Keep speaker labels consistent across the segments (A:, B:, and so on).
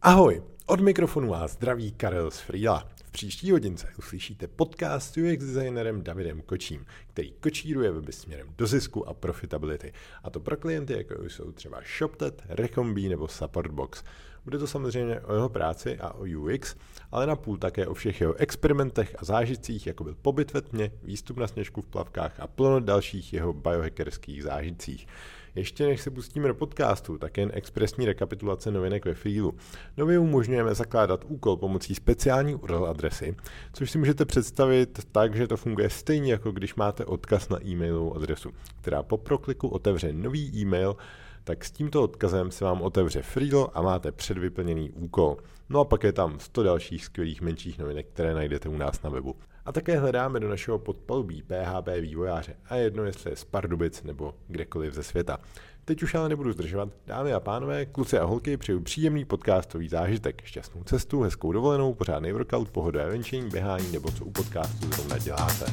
A: Ahoj, od mikrofonu vás zdraví Karel z Freela. V příští hodince uslyšíte podcast s UX designerem Davidem Kočím, který kočíruje weby směrem do zisku a profitability. A to pro klienty, jako jsou třeba ShopTet, Recombi nebo Supportbox. Bude to samozřejmě o jeho práci a o UX, ale napůl také o všech jeho experimentech a zážitcích, jako byl pobyt ve tmě, výstup na Sněžku v plavkách a plno dalších jeho biohackerských zážitcích. Ještě než se pustíme do podcastu, tak jen expresní rekapitulace novinek ve Freelu. Nově umožňujeme zakládat úkol pomocí speciální URL adresy, což si můžete představit tak, že to funguje stejně jako když máte odkaz na e-mailovou adresu, která po prokliku otevře nový e-mail, tak s tímto odkazem se vám otevře Freelo a máte předvyplněný úkol. No a pak je tam 100 dalších skvělých menších novinek, které najdete u nás na webu. A také hledáme do našeho podpalubí PHP vývojáře a jedno jestli je z Pardubic nebo kdekoliv ze světa. Teď už ale nebudu zdržovat. Dámy a pánové, kluci a holky, přeju příjemný podcastový zážitek, šťastnou cestu, hezkou dovolenou, pořádný workout, pohodové venčení, běhání nebo co u podcastu zrovna děláte.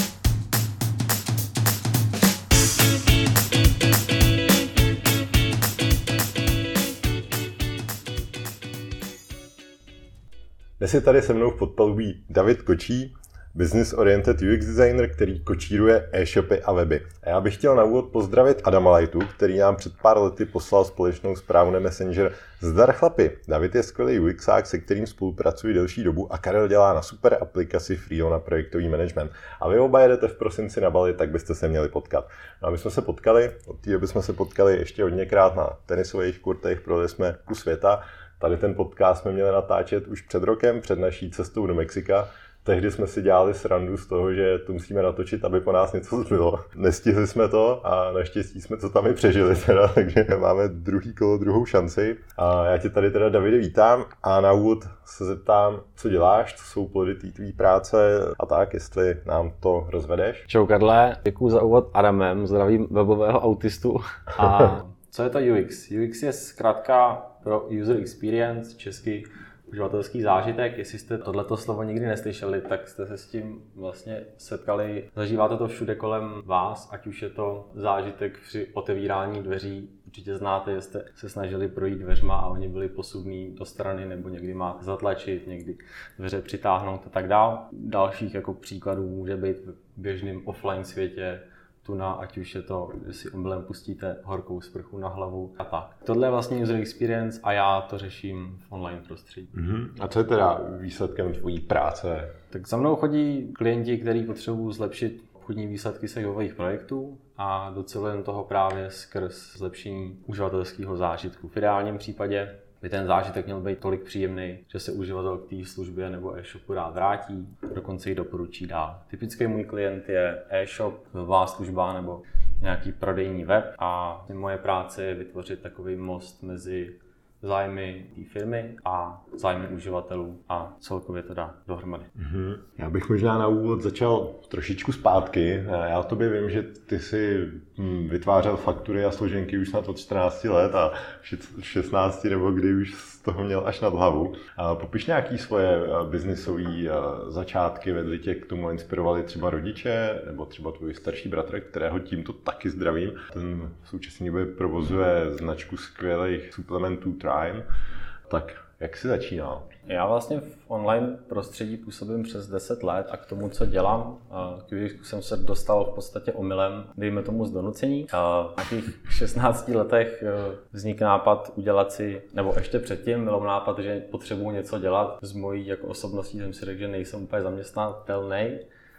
A: Dnes je tady se mnou v podpalubí David Kočí, business oriented UX designer, který kočíruje e-shopy a weby. A já bych chtěl na úvod pozdravit Adama Lightu, který nám před pár lety poslal společnou zprávu na Messenger. Zdar chlapi, David je skvělý UXák, se kterým spolupracuji delší dobu a Karel dělá na super aplikaci Freelo na projektový management. A vy oba jedete v prosinci na Bali, tak byste se měli potkat. No a my jsme se potkali, od té doby jsme se potkali ještě hodněkrát na tenisových kurtech, projeli jsme kus světa. Tady ten podcast jsme měli natáčet už před rokem, před naší cestou do Mexika. Tehdy jsme si dělali srandu z toho, že to musíme natočit, aby po nás něco zbylo. Nestihli jsme to a naštěstí jsme to tam i přežili teda, takže máme druhý kolo, druhou šanci. A já tě tady teda, Davide, vítám a na úvod se zeptám, co děláš, co jsou plody té tvý práce a tak, jestli nám to rozvedeš.
B: Čau Karle, děkuju za úvod Adamem, zdravím webového autistu. A co je to UX? UX je zkrátka pro user experience, český uživatelský zážitek. Jestli jste tohleto slovo nikdy neslyšeli, tak jste se s tím vlastně setkali. Zažíváte to všude kolem vás, ať už je to zážitek při otevírání dveří. Určitě znáte, že jste se snažili projít dveřma a oni byli posuvní do strany, nebo někdy máte zatlačit, někdy dveře přitáhnout a tak dál. Dalších jako příkladů může být v běžném offline světě tuna, ať už je to, že si omylem pustíte horkou sprchu na hlavu a tak. Tohle je vlastně user experience a já to řeším v online prostředí.
A: A co je teda výsledkem tvojí práce?
B: Tak za mnou chodí klienti, kteří potřebují zlepšit obchodní výsledky svých webových projektů a docelujem toho právě skrz zlepšení uživatelského zážitku. V ideálním případě by ten zážitek měl být tolik příjemný, že se uživatel k té službě nebo e-shopu rád vrátí, dokonce ji doporučí dál. Typický můj klient je e-shop, webová služba nebo nějaký prodejní web a moje práce je vytvořit takový most mezi zájmy té firmy a zájmy uživatelů a celkově to dá dohromady.
A: Já bych možná na úvod začal trošičku zpátky. Já o tobě vím, že ty si vytvářel faktury a složenky už snad od 14 let a v 16 nebo kdy už z toho měl až nad hlavu. Popiš nějaký svoje biznisové začátky, vedli tě k tomu, inspirovali třeba rodiče nebo třeba tvůj starší bratr, kterého tímto taky zdravím. Ten v současné době provozuje značku skvělých suplementů Trime. Tak jak jsi začínal?
B: Já vlastně v online prostředí působím přes 10 let a k tomu, co dělám, k UXu jsem se dostal v podstatě omylem, dejme tomu z donucení. V těch 16 letech vznikl nápad udělat si, nebo ještě předtím byl nápad, že potřebuji něco dělat. Z mojí jako osobností jsem si řekl, že nejsem úplně zaměstnatelný.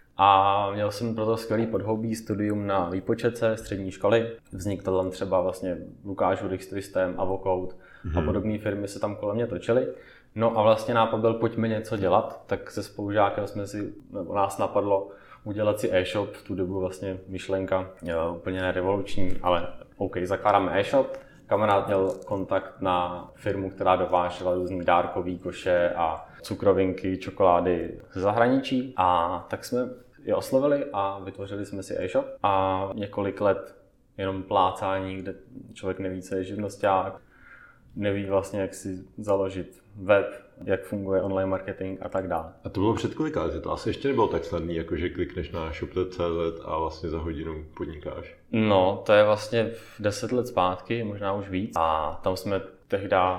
B: A měl jsem proto skvělý podhoubí studium na výpočetce střední školy. Vznikl tam třeba vlastně Lukáš Hurich System, Avocode a podobné firmy se tam kolem mě točily. No a vlastně nápad byl, pojďme něco dělat, tak se spolužákem nebo nás napadlo udělat si e-shop, v tu dobu vlastně myšlenka úplně revoluční, ale OK, zakládáme e-shop. Kamarád měl kontakt na firmu, která dovážela různý dárkový koše a cukrovinky, čokolády ze zahraničí a tak jsme je oslovili a vytvořili jsme si e-shop a několik let jenom plácání, kde člověk neví, co je živnosťák, neví vlastně, jak si založit web, jak funguje online marketing a tak dále.
A: A to bylo před kolika lety? To asi ještě nebylo tak snadný, jako že klikneš na shop.cz a vlastně za hodinu podnikáš.
B: No, to je vlastně 10 let zpátky, možná už víc. A tam jsme tehdy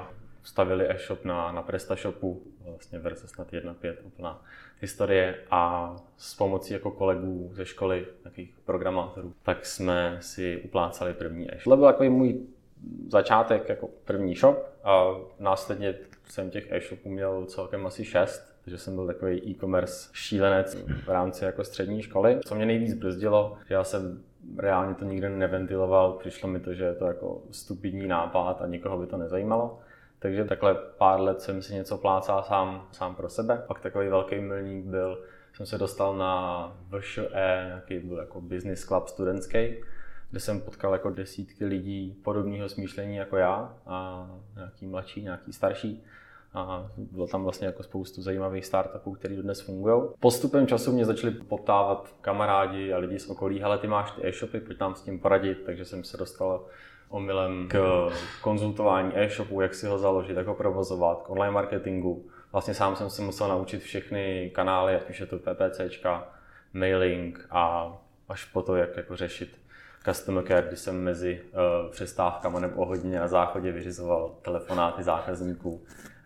B: stavili e-shop na PrestaShopu, vlastně verze snad 1.5, úplná historie, a s pomocí jako kolegů ze školy, takových programátorů, tak jsme si uplácali první e-shop. To byl takový můj začátek jako první shop a následně jsem těch e-shopů měl celkem asi 6, takže jsem byl takový e-commerce šílenec v rámci jako střední školy. Co mě nejvíc brzdilo, že já jsem reálně to nikdy neventiloval, přišlo mi to, že je to jako stupidní nápad a nikoho by to nezajímalo. Takže takhle pár let jsem si něco plácal sám pro sebe. Pak takový velký milník byl, jsem se dostal na VŠE, nějaký byl jako business club studentský, kde jsem potkal jako desítky lidí podobného smýšlení jako já, a nějaký mladší, nějaký starší. A bylo tam vlastně jako spoustu zajímavých startupů, které dodnes fungují. Postupem času mě začali poptávat kamarádi a lidi z okolí, hele, ty máš ty e-shopy, pojď nám s tím poradit, takže jsem se dostal omylem k konzultování e-shopu, jak si ho založit, jak ho provozovat, k online marketingu. Vlastně sám jsem se musel naučit všechny kanály, ať už je to PPCčka, mailing a až po to, jak jako řešit customer care, když jsem mezi přestávkama nebo o hodině na záchodě vyřizoval telefonáty zákazníků.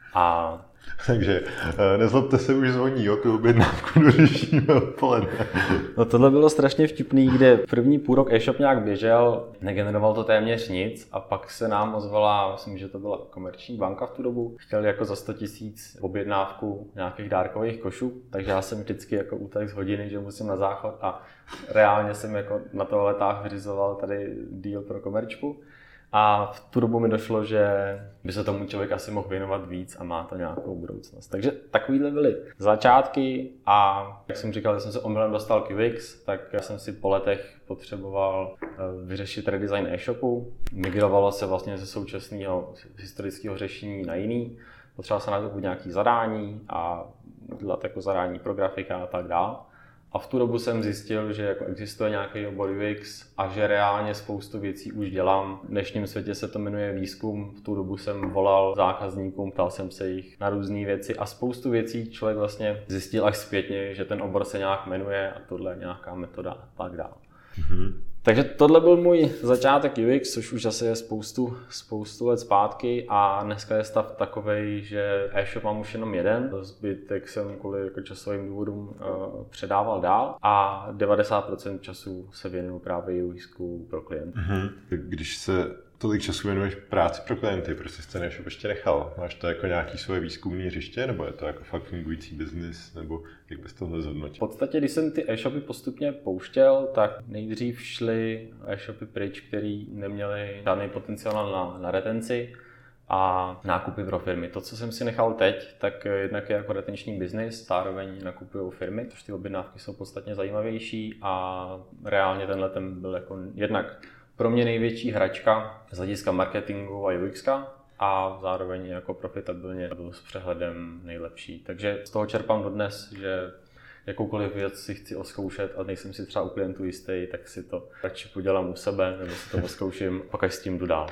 A: Takže nezlobte se, už zvoní o tu objednávku, dořešíme odpoledne.
B: No tohle bylo strašně vtipný, kde první půl rok e-shop nějak běžel, negeneroval to téměř nic a pak se nám ozvala, myslím, že to byla Komerční banka v tu dobu, chtěli jako za 100 000 objednávku nějakých dárkových košů, takže já jsem vždycky jako utek z hodiny, že musím na záchod a reálně jsem jako na toaletách vyřizoval tady deal pro Komerčku. A v tu dobu mi došlo, že by se tomu člověk asi mohl věnovat víc a má to nějakou budoucnost. Takže takovýhle byly začátky a jak jsem říkal, že jsem se omylem dostal k UX, tak jsem si po letech potřeboval vyřešit redesign e-shopu. Migrovalo se vlastně ze současného historického řešení na jiný. Potřeboval jsem nakoupit nějaké zadání a dělat jako zadání pro grafika a tak dále. A v tu dobu jsem zjistil, že jako existuje nějaký obor UX a že reálně spoustu věcí už dělám. V dnešním světě se to jmenuje výzkum. V tu dobu jsem volal zákazníkům, ptal jsem se jich na různé věci a spoustu věcí člověk vlastně zjistil až zpětně, že ten obor se nějak jmenuje a tohle je nějaká metoda a tak dále. Takže tohle byl můj začátek UX, což už asi je spoustu let zpátky a dneska je stav takovej, že e-shop mám už jenom jeden, zbytek jsem kvůli jako časovým důvodům předával dál a 90% času se věnuju právě UXku pro klienty.
A: Když se tolik času věnuješ práci pro klienty, prostě jsi ten e-shop ještě nechal? Máš to jako nějaký svoje výzkumné hřiště, nebo je to jako fakt fungující biznis, nebo jak bys tohle zhodnotil?
B: V podstatě, když jsem ty e-shopy postupně pouštěl, tak nejdřív šly e-shopy pryč, který neměli žádný potenciál na retenci a nákupy pro firmy. To, co jsem si nechal teď, tak jednak je jako retenční biznis, zároveň nakupují firmy, což ty objednávky jsou podstatně zajímavější a reálně tenhle ten byl jako jednak pro mě největší hračka z hlediska marketingu a UXka a zároveň jako profitabilně byl s přehledem nejlepší. Takže z toho čerpám dodnes, že jakoukoliv věc si chci oskoušet a nejsem si třeba u klientů jistý, tak si to radši podělám u sebe nebo si to oskouším, pak až s tím jdu dál.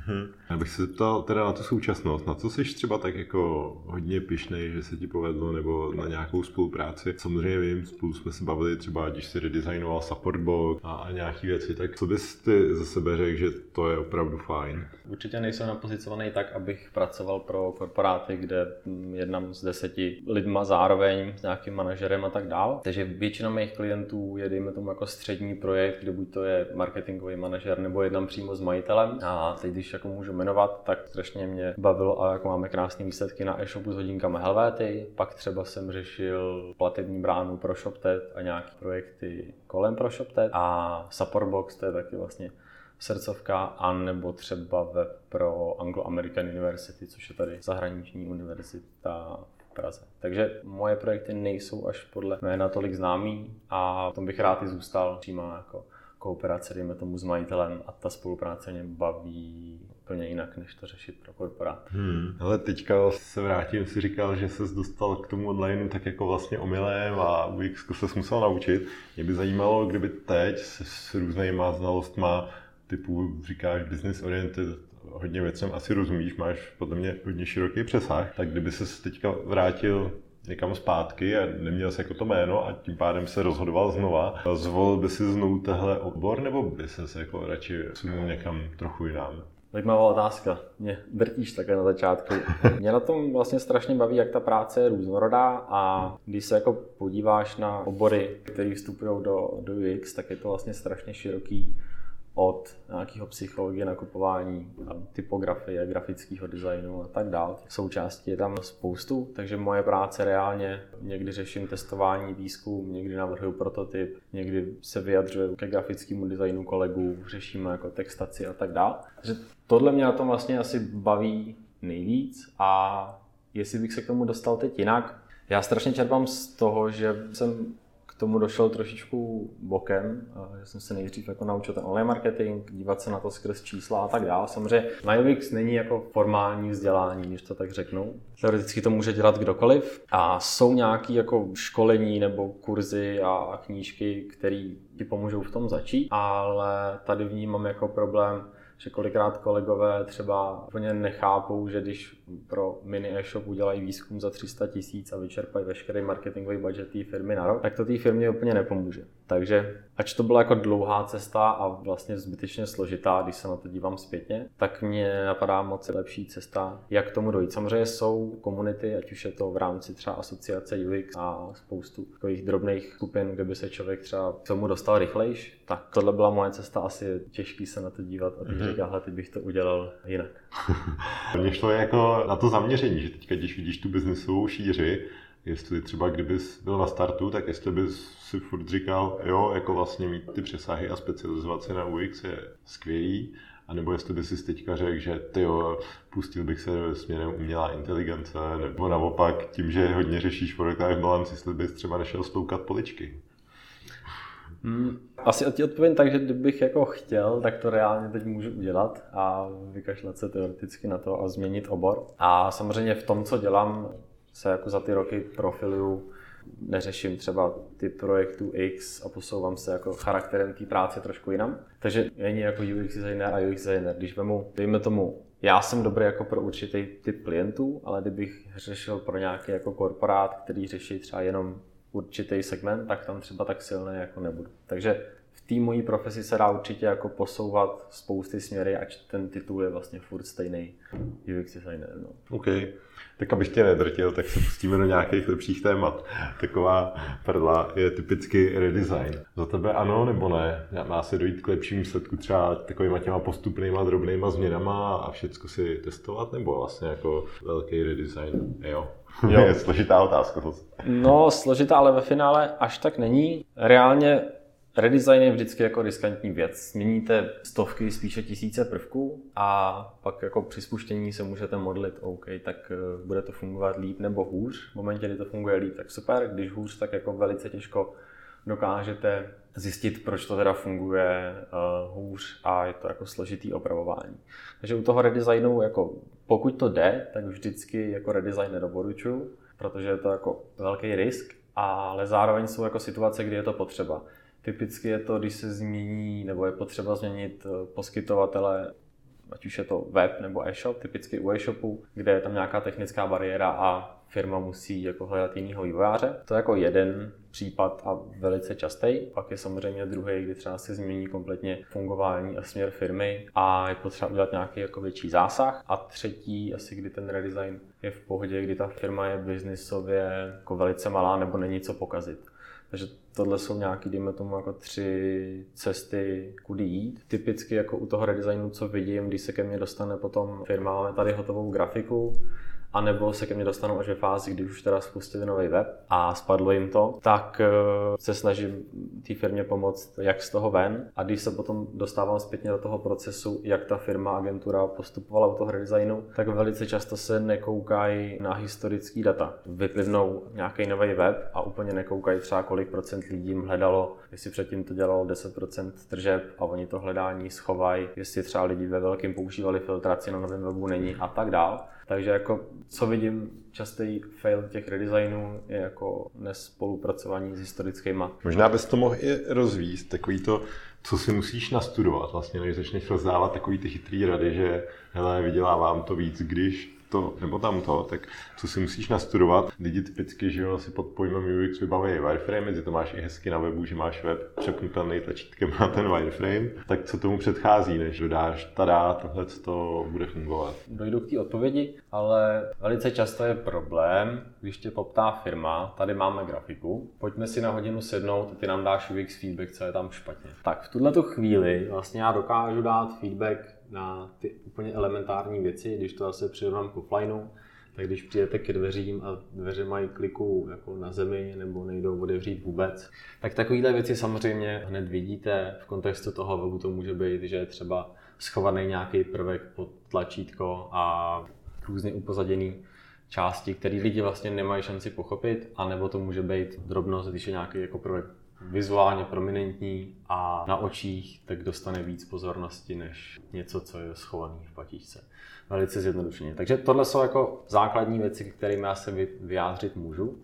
A: Já bych se zeptal teda na tu současnost, na co jsi třeba tak jako hodně pyšnej, že se ti povedlo, nebo na nějakou spolupráci. Samozřejmě vím, spolu jsme se bavili třeba, když jsi redesignoval Supportbox a nějaký věci, tak co bys ty ze sebe řekl, že to je opravdu fajn?
B: Určitě nejsem napozicovaný tak, abych pracoval pro korporáty, kde jednám s 10 lidma zároveň, s nějakým manažerem a tak dál. Takže většina mých klientů je, dejme tomu, jako střední projekt, kde buď to je marketingový manažer nebo jednám přímo s majitelem. A teď, když jako můžu jmenovat, tak strašně mě bavilo a jako máme krásné výsledky na e-shopu s hodinkami Helvéty. Pak třeba jsem řešil platební bránu pro ShopTet a nějaké projekty kolem pro ShopTet a Supportbox, to je taky vlastně srdcovka, anebo třeba web pro Anglo-American University, což je tady zahraniční univerzita v Praze. Takže moje projekty nejsou až podle jména tolik známý a v tom bych rád i zůstal přímo jako kooperace, dejme tomu, s majitelem a ta spolupráce mě baví úplně jinak, než to řešit pro korporát.
A: Ale teďka se vrátím, si říkal, že ses dostal k tomu online tak jako vlastně omylem a UX ses musel naučit. Mě by zajímalo, kdyby teď s různýma znalostma typu, říkáš, business oriented, hodně věcem asi rozumíš, máš podle mě hodně široký přesah, tak kdyby ses teďka vrátil někam zpátky a neměl jsi jako to jméno a tím pádem se rozhodoval znova, zvolil by si znovu tehle obor, nebo by se jako radši sunul někam trochu jinam?
B: Zajímavá otázka. Mě drtíš také na začátku. Mě na tom vlastně strašně baví, jak ta práce je různorodá a když se jako podíváš na obory, které vstupují do UX, tak je to vlastně strašně široký od nějakého psychologie, nakupování, typografie, grafického designu a tak dále. Součástí je tam spoustu, takže moje práce reálně někdy řeším testování, výzkum, někdy navrhuju prototyp, někdy se vyjadřuju ke grafickému designu kolegů, řešíme jako textaci a tak dále. Takže tohle mě na tom vlastně asi baví nejvíc a jestli bych se k tomu dostal teď jinak, já strašně čerpám z toho, že jsem k tomu došel trošičku bokem, že jsem se nejdřív jako naučil ten online marketing, dívat se na to skrz čísla a tak dále. Samozřejmě na UX není jako formální vzdělání, když to tak řeknu. Teoreticky to může dělat kdokoliv a jsou nějaké jako školení nebo kurzy a knížky, které ti pomůžou v tom začít, ale tady vnímám jako problém, že kolikrát kolegové třeba úplně nechápou, že když pro mini e-shop udělají výzkum za 300 000 a vyčerpají veškerý marketingový budget té firmy na rok, tak to té firmě úplně nepomůže. Takže ač to byla jako dlouhá cesta a vlastně zbytečně složitá, když se na to dívám zpětně, tak mě napadá moc lepší cesta, jak k tomu dojít. Samozřejmě jsou komunity, ať už je to v rámci třeba asociace UX a spoustu takových drobných skupin, kde by se člověk třeba k tomu dostal rychlejš, tak tohle byla moje cesta, asi je těžký se na to dívat a teď říká, ty bych to udělal jinak.
A: Mně šlo jako na to zaměření, že teďka, když vidíš tu biznesovou šíři, jestli třeba kdybys byl na startu, tak jestli bys si furt říkal, jo, jako vlastně mít ty přesahy a specializovat se na UX je skvělý, anebo jestli bys si teďka řekl, že tyjo, pustil bych se směrem umělá inteligence, nebo naopak tím, že hodně řešíš product life balance, jestli bys třeba nešel stoukat poličky.
B: Asi ti odpovím tak, že kdybych jako chtěl, tak to reálně teď můžu udělat a vykašlat se teoreticky na to a změnit obor. A samozřejmě v tom, co dělám, se jako za ty roky profiluju, neřeším třeba ty projektu X a posouvám se jako charakterem té práce trošku jinam. Takže není jako UX designer a UX designer. Když vemu, dejme tomu, já jsem dobrý jako pro určitý typ klientů, ale kdybych řešil pro nějaký jako korporát, který řeší třeba jenom určitý segment, tak tam třeba tak silný jako nebudu. Takže v té mojí profesi se dá určitě jako posouvat spousty směry, ač ten titul je vlastně furt stejný UX designer. No.
A: OK. Tak abych tě nedrtil, tak se pustíme do nějakých lepších témat. Taková perla je typicky redesign. Za tebe ano nebo ne? Má se dojít k lepšímu výsledku třeba takovýma těma postupnýma drobnýma změnama a všecko si testovat, nebo vlastně jako velký redesign? Jo. Je složitá otázka.
B: No, složitá, ale ve finále až tak není. Reálně redesign je vždycky jako riskantní věc. Změníte stovky, spíše tisíce prvků a pak jako při spuštění se můžete modlit, OK, tak bude to fungovat líp nebo hůř. V momentě, kdy to funguje líp, tak super, když hůř, tak jako velice těžko dokážete zjistit, proč to teda funguje hůř a je to jako složitý opravování. Takže u toho redesignu, jako pokud to jde, tak vždycky jako redesign nedoporučuji, protože je to jako velký risk, ale zároveň jsou jako situace, kdy je to potřeba. Typicky je to, když se změní nebo je potřeba změnit poskytovatele, ať už je to web nebo e-shop, typicky u e-shopu, kde je tam nějaká technická bariéra a firma musí jako hledat jinýho vývojáře. To je jako jeden případ a velice častý. Pak je samozřejmě druhý, kdy třeba se změní kompletně fungování a směr firmy a je potřeba udělat nějaký jako větší zásah. A třetí, asi kdy ten redesign je v pohodě, kdy ta firma je biznisově jako velice malá nebo není co pokazit. Takže tohle jsou nějaký, dejme tomu, jako 3 cesty, kudy jít. Typicky jako u toho redesignu, co vidím, když se ke mně dostane potom firma, máme tady hotovou grafiku, anebo se ke mně dostanou až ve fázi, když už teda spustili nový web a spadlo jim to, tak se snažím té firmě pomoct, jak z toho ven. A když se potom dostávám zpětně do toho procesu, jak ta firma, agentura postupovala u toho redesignu, tak velice často se nekoukají na historický data. Vyplivnou nějaký nový web a úplně nekoukají třeba kolik procent lidí jim hledalo, jestli předtím to dělalo 10% tržeb a oni to hledání schovají, jestli třeba lidi ve velkém používali filtraci na novém webu není a tak dál. Takže jako co vidím, častý fail těch redesignů je jako nespolupracování s historickýma.
A: Možná bys to mohl i rozvíjet, takový to, co si musíš nastudovat vlastně, než začneš rozdávat takový ty chytrý rady, že hele, vydělávám to víc, když to nebo tamto, tak co si musíš nastudovat? Lidi typicky, že jo, si pod pojmem UX vybaví wireframe, ty to máš i hezky na webu, že máš web přepnutelný tlačítkem na ten wireframe, tak co tomu předchází, než dodáš, tada, tohle to bude fungovat?
B: Dojdu k té odpovědi, ale velice často je problém, když tě poptá firma, tady máme grafiku, pojďme si na hodinu sednout a ty nám dáš UX feedback, co je tam špatně. Tak v tuhletu chvíli vlastně já dokážu dát feedback na ty úplně elementární věci, když to zase přirovnám k offlineu, tak když přijdete ke dveřím a dveře mají kliku jako na zemi nebo nejdou otevřít vůbec, tak takovéhle věci samozřejmě hned vidíte. V kontextu toho webu to může být, že je třeba schovaný nějaký prvek pod tlačítko a různě upozaděný části, které lidi vlastně nemají šanci pochopit, anebo to může být drobnost, když je nějaký jako prvek vizuálně prominentní a na očích, tak dostane víc pozornosti než něco, co je schované v patíčce. Velice zjednodušeně. Takže tohle jsou jako základní věci, kterými já se vyjádřit můžu,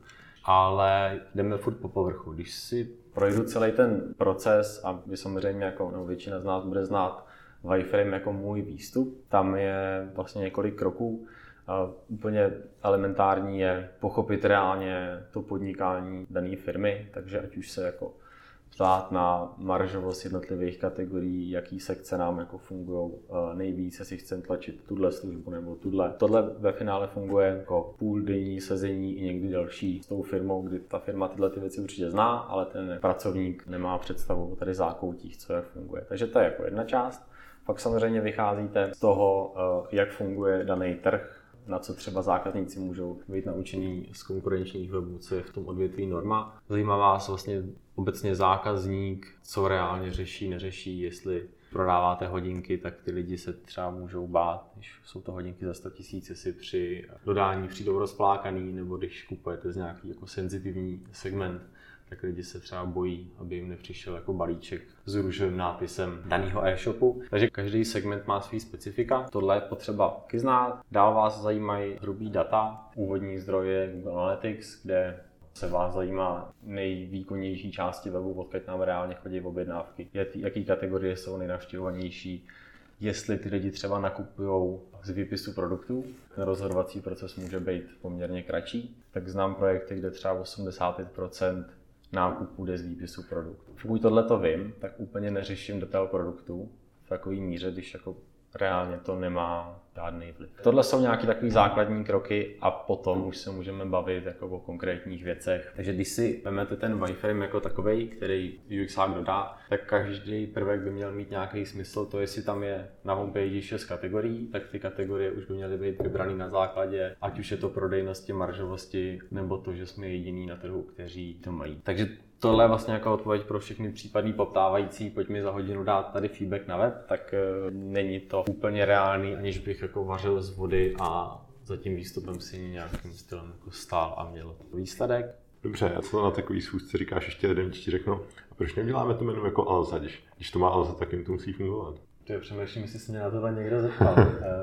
B: ale jdeme furt po povrchu. Když si projdu celý ten proces a vy samozřejmě jako většina z nás bude znát wireframe jako můj výstup, tam je vlastně několik kroků. Úplně elementární je pochopit reálně to podnikání dané firmy, takže ať už se jako ptát na maržovost jednotlivých kategorií, jaký sekce nám jako fungují nejvíc, jestli chceme tlačit tuhle službu nebo tuhle. Tohle ve finále funguje jako půldenní sezení i někdy další s tou firmou, kdy ta firma tyhle ty věci určitě zná, ale ten pracovník nemá představu o tady zákoutích, co jak funguje. Takže to je jako jedna část. Pak samozřejmě vycházíte z toho, jak funguje daný trh, na co třeba zákazníci můžou být naučení z konkurenčních webů, co je v tom odvětví norma. Zajímá vás vlastně obecně zákazník, co reálně řeší, neřeší, jestli prodáváte hodinky, tak ty lidi se třeba můžou bát, když jsou to hodinky za 100 000, jestli při dodání přijdou rozplákaný, nebo když kupujete z nějaký jako senzitivní segment, tak lidi se třeba bojí, aby jim nepřišel jako balíček s růžovým nápisem daného e-shopu. Takže každý segment má svý specifika. Tohle je potřeba taky znát. Dál vás zajímají hrubý data, úvodní zdroje Google Analytics, kde se vás zajímá nejvýkonnější části webu, odkud nám reálně chodí objednávky, jaký kategorie jsou nejnavštěvovanější, jestli ty lidi třeba nakupují z výpisu produktů, ten rozhodovací proces může být poměrně kratší, tak znám projekty, kde třeba 85% nákup jde z výpisu produktu. Pokud tohle to vím, tak úplně neřeším detail produktu v takové míře, když jako reálně to nemá žádný vliv. Tohle jsou nějaké takové základní kroky a potom už se můžeme bavit jako o konkrétních věcech. Takže když si vezmete ten wireframe jako takovej, který UXák dodá, tak každý prvek by měl mít nějaký smysl. To, jestli tam je na homepage 6 kategorií, tak ty kategorie už by měly být vybrané na základě, ať už je to prodejnosti, maržovosti, nebo to, že jsme jediní na trhu, kteří to mají. Takže tohle je vlastně jako odpověď pro všechny případný poptávající, pojď mi za hodinu dát tady feedback na web, tak není to úplně reálný, aniž bych jako vařil z vody a za tím výstupem si nějakým stylem jako stál a měl výsledek.
A: Dobře, a co na takový schůzce říkáš ještě jeden, ti řeknu, a proč neuděláme to menu jako Alza, když to má Alza, tak jim to musí fungovat?
B: To je přemýšlím, jestli se mě na tohle někdo zeptal.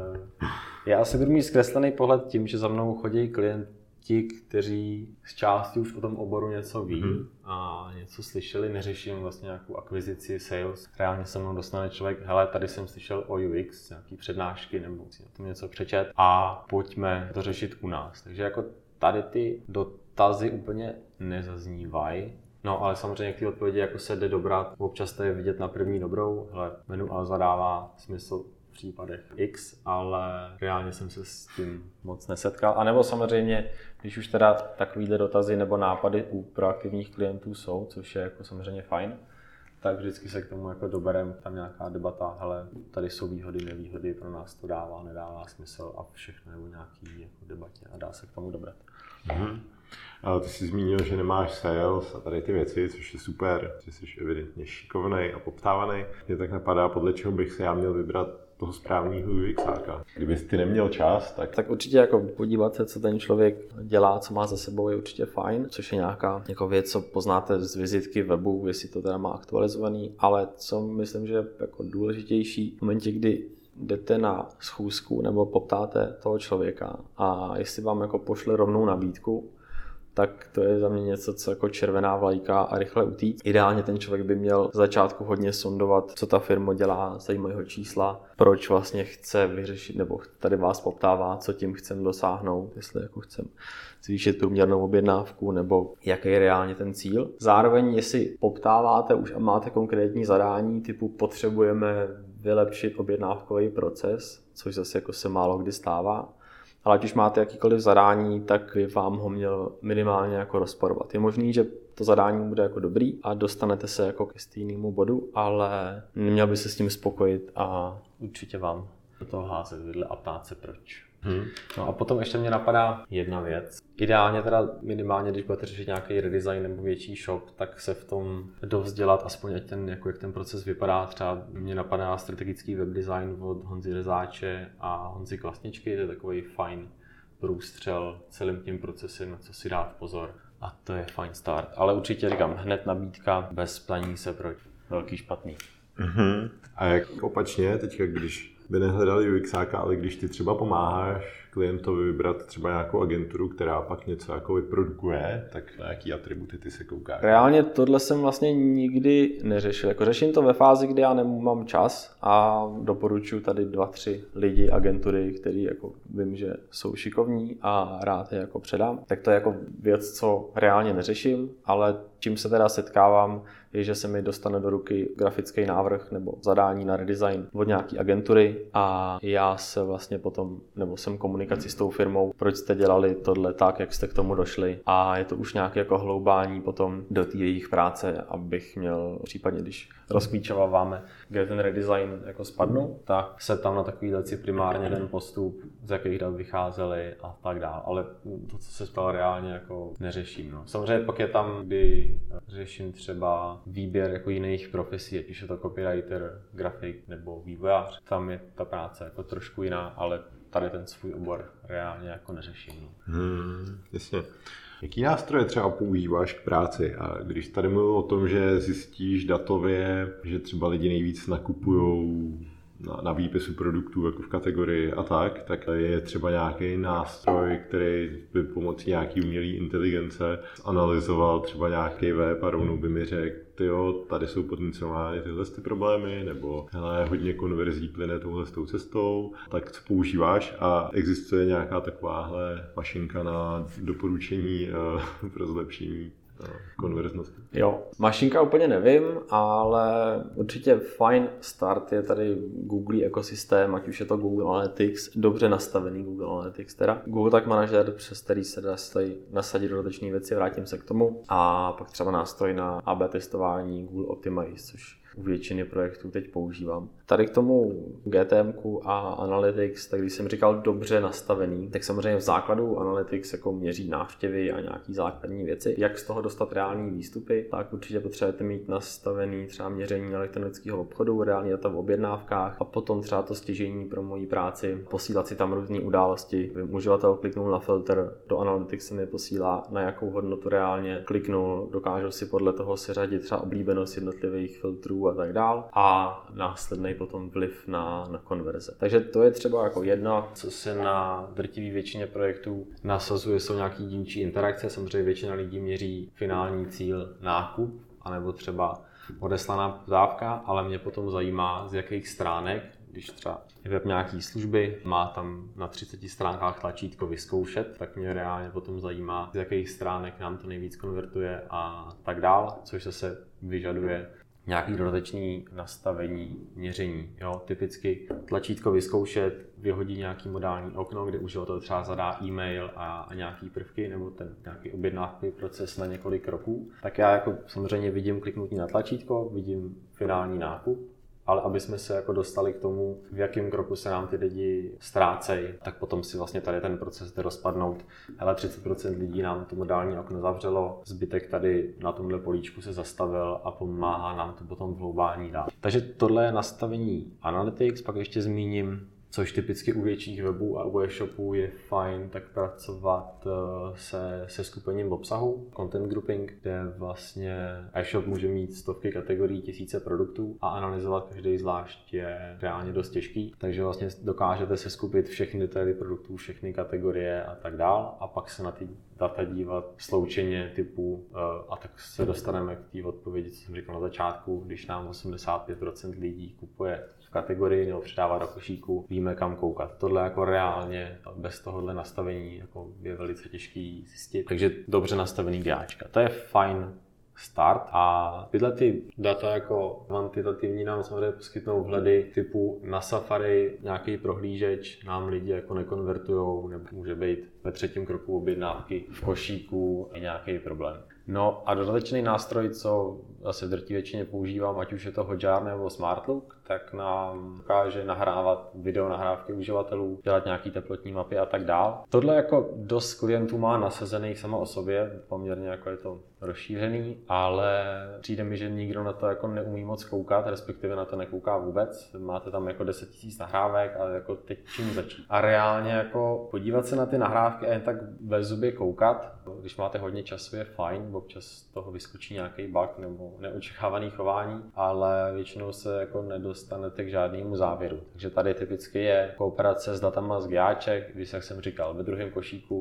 B: Já asi budu mít zkreslený pohled tím, že za mnou chodí klienti, kteří z části už o tom oboru něco ví a něco slyšeli, neřeším vlastně nějakou akvizici, sales. Reálně se mnou dostane člověk, hele, tady jsem slyšel o UX, nějaký přednášky nebo si o tom něco přečet a pojďme to řešit u nás. Takže jako tady ty dotazy úplně nezaznívají. No, ale samozřejmě ty odpovědi jako se jde dobrat, občas to je vidět na první dobrou, hele, menu Alza dává smysl v případech X, ale reálně jsem se s tím moc nesetkal. A nebo samozřejmě, když už teda takovýhle dotazy nebo nápady u proaktivních klientů jsou, což je jako samozřejmě fajn, tak vždycky se k tomu jako doberem, tam nějaká debata, hele, tady jsou výhody, nevýhody, pro nás to dává, nedává smysl a všechno nebo nějaký jako debatě a dá se k tomu dobrat.
A: Ale ty jsi zmínil, že nemáš sales a tady ty věci, což je super, že jsi evidentně šikovnej a poptávaný. Mě tak napadá, podle čeho bych se já měl vybrat toho správného UXáka. Kdybys ty neměl čas, tak
B: určitě jako podívat se, co ten člověk dělá, co má za sebou, je určitě fajn, což je nějaká jako věc, co poznáte z vizitky webu, jestli to teda má aktualizovaný, ale co myslím, že je jako důležitější v momentě, kdy jdete na schůzku nebo poptáte toho člověka a jestli vám jako pošle rovnou nabídku, tak to je za mě něco, co jako červená vlajka a rychle utíct. Ideálně ten člověk by měl v začátku hodně sondovat, co ta firma dělá, zajímají ho čísla, proč vlastně chce vyřešit, nebo tady vás poptává, co tím chcem dosáhnout, jestli jako chcem zvýšit průměrnou objednávku, nebo jaký je reálně ten cíl. Zároveň, jestli poptáváte už a máte konkrétní zadání typu potřebujeme vylepšit objednávkový proces, což zase jako se málo kdy stává, ale ať už máte jakýkoliv zadání, tak by vám ho měl minimálně jako rozporovat. Je možný, že to zadání bude jako dobrý a dostanete se jako ke stejnému bodu, ale neměl by se s tím spokojit a určitě vám do toho házet vidle a ptát se proč.
C: No a potom ještě mě napadá jedna věc. Ideálně teda minimálně, když budete řešit nějaký redesign nebo větší shop, tak se v tom dovzdělat aspoň ať ten, jako jak ten proces vypadá. Třeba mě napadá strategický webdesign od Honzy Rezáče a Honzy Kvasničky, to je takový fajn průstřel celým tím procesem, na co si dát pozor. A to je fajn start. Ale určitě říkám, hned nabídka bez planí se proč. Velký špatný.
A: A jak opačně, teďka když by nehledali UXáka, ale když ty třeba pomáháš klientovi vybrat třeba nějakou agenturu, která pak něco jako vyprodukuje, tak na jaký atributy ty se koukáš?
B: Reálně tohle jsem vlastně nikdy neřešil. Jako řeším to ve fázi, kdy já nemám čas a doporučuji tady 2-3 lidi, agentury, který jako vím, že jsou šikovní a rád je jako předám. Tak to je jako věc, co reálně neřeším, ale čím se teda setkávám, je, že se mi dostane do ruky grafický návrh nebo zadání na redesign od nějaký agentury a já se vlastně potom, nebo jsem komunikaci s tou firmou, proč jste dělali tohle tak, jak jste k tomu došli a je to už nějaké jako hloubání potom do té jejich práce, abych měl případně, když rozklíčováváme, kde ten redesign jako spadnou, tak
C: se tam na takový věci primárně ten postup, z jakých dat vycházeli a tak dále, ale to, co se stalo reálně, jako neřeším. No. Samozřejmě pak je tam, kdy řeším třeba výběr jako jiných profesí, ať už je to copywriter, grafik nebo vývojář. Tam je ta práce jako trošku jiná, ale tady ten svůj obor reálně jako neřeším.
A: Jasně. Jaký nástroje třeba používáš k práci? A když tady mluvím o tom, že zjistíš datově, že třeba lidi nejvíc nakupujou na výpisu produktů jako v kategorii a tak je třeba nějaký nástroj, který by pomocí nějaký umělé inteligence analyzoval třeba nějaký web a rovnou by mi řekl, tyjo, tady jsou potenciálně tyhle ty problémy, nebo hele, hodně konverzí plyne touhle cestou, tak co používáš a existuje nějaká takováhle mašinka na doporučení pro zlepšení konverznosti?
B: Jo, mašinka úplně nevím, ale určitě fajn start je tady Google ekosystém, ať už je to Google Analytics, dobře nastavený Google Analytics teda. Google Tag Manager, přes který se dá nasadit dodatečné věci, vrátím se k tomu. A pak třeba nástroj na AB testování Google Optimize, což u většiny projektů teď používám. Tady k tomu GTMku a Analytics, tak když jsem říkal dobře nastavený, tak samozřejmě v základu Analytics jako měří návštěvy a nějaký základní věci. Jak z toho dostat reální výstupy, tak určitě potřebujete mít nastavený třeba měření elektronického obchodu, reální data v objednávkách a potom třeba to stěžení pro moji práci, posílat si tam různé události. Uživatel kliknul na filtr, do Analytics se mi posílá, na jakou hodnotu reálně kliknul, dokážu si podle toho seřadit třeba oblíbenost jednotlivých filtrů a tak dál a následný potom vliv na konverze. Takže to je třeba jako jedna.
C: Co se na drtivé většině projektů nasazuje, jsou nějaký dílčí interakce, samozřejmě většina lidí měří finální cíl nákup, anebo třeba odeslaná dodávka, ale mě potom zajímá, z jakých stránek, když třeba je web nějaký služby, má tam na 30 stránkách tlačítko vyzkoušet, tak mě reálně potom zajímá, z jakých stránek nám to nejvíc konvertuje a tak dál, což zase vyžaduje nějaký dodatečný nastavení měření. Jo? Typicky tlačítko vyzkoušet vyhodí nějaký modální okno, kde uživatel třeba zadá e-mail a nějaký prvky nebo ten nějaký objednávkový proces na několik kroků. Tak já jako samozřejmě vidím kliknutí na tlačítko, vidím finální nákup, ale aby jsme se jako dostali k tomu, v jakém kroku se nám ty lidi ztrácejí, tak potom si vlastně tady ten proces jde rozpadnout. Hele, 30% lidí nám to modální okno zavřelo, zbytek tady na tomhle políčku se zastavil a pomáhá nám to potom v hloubání dál. Takže tohle je nastavení Analytics, pak ještě zmíním což typicky u větších webů a u e-shopů je fajn tak pracovat se skupením obsahu, content grouping, kde vlastně e-shop může mít stovky kategorií, tisíce produktů a analyzovat každý zvlášť je reálně dost těžký, takže vlastně dokážete se skupit všechny detaily produktů, všechny kategorie a tak dál a pak se na ty data dívat sloučeně typu a tak se dostaneme k té odpovědi, co jsem říkal na začátku, když nám 85% lidí kupuje v kategorii nebo přidává do košíku, víme kam koukat. Tohle jako reálně bez tohohle nastavení jako je velice těžký zjistit. Takže dobře nastavený GAčka. To je fajn start a tyhle ty data jako kvantitativní nám samozřejmě poskytnou vhledy typu na Safari nějaký prohlížeč nám lidi jako nekonvertujou nebo může být ve třetím kroku objednávky v košíku i nějaký problém. No a dodatečný nástroj, co asi v drtí většině používám, ať už je to Hotjar nebo SmartLook, tak nám dokáže nahrávat video nahrávky uživatelů, dělat nějaký teplotní mapy a tak dál. Tohle jako dost klientů má nasazených sama o sobě, poměrně jako je to rozšířený, ale přijde mi, že nikdo na to jako neumí moc koukat, respektive na to nekouká vůbec. Máte tam jako 10 000 nahrávek a jako teď čím začít. A reálně jako podívat se na ty nahrávky a jen tak bezzubě koukat, když máte hodně času, je fajn, občas z toho vyskočí nějaký bug nebo neočekávaný chování, ale většinou se jako nedostanete k žádnému závěru. Takže tady typicky je kooperace s datama z GAček, když jak jsem říkal, ve druhém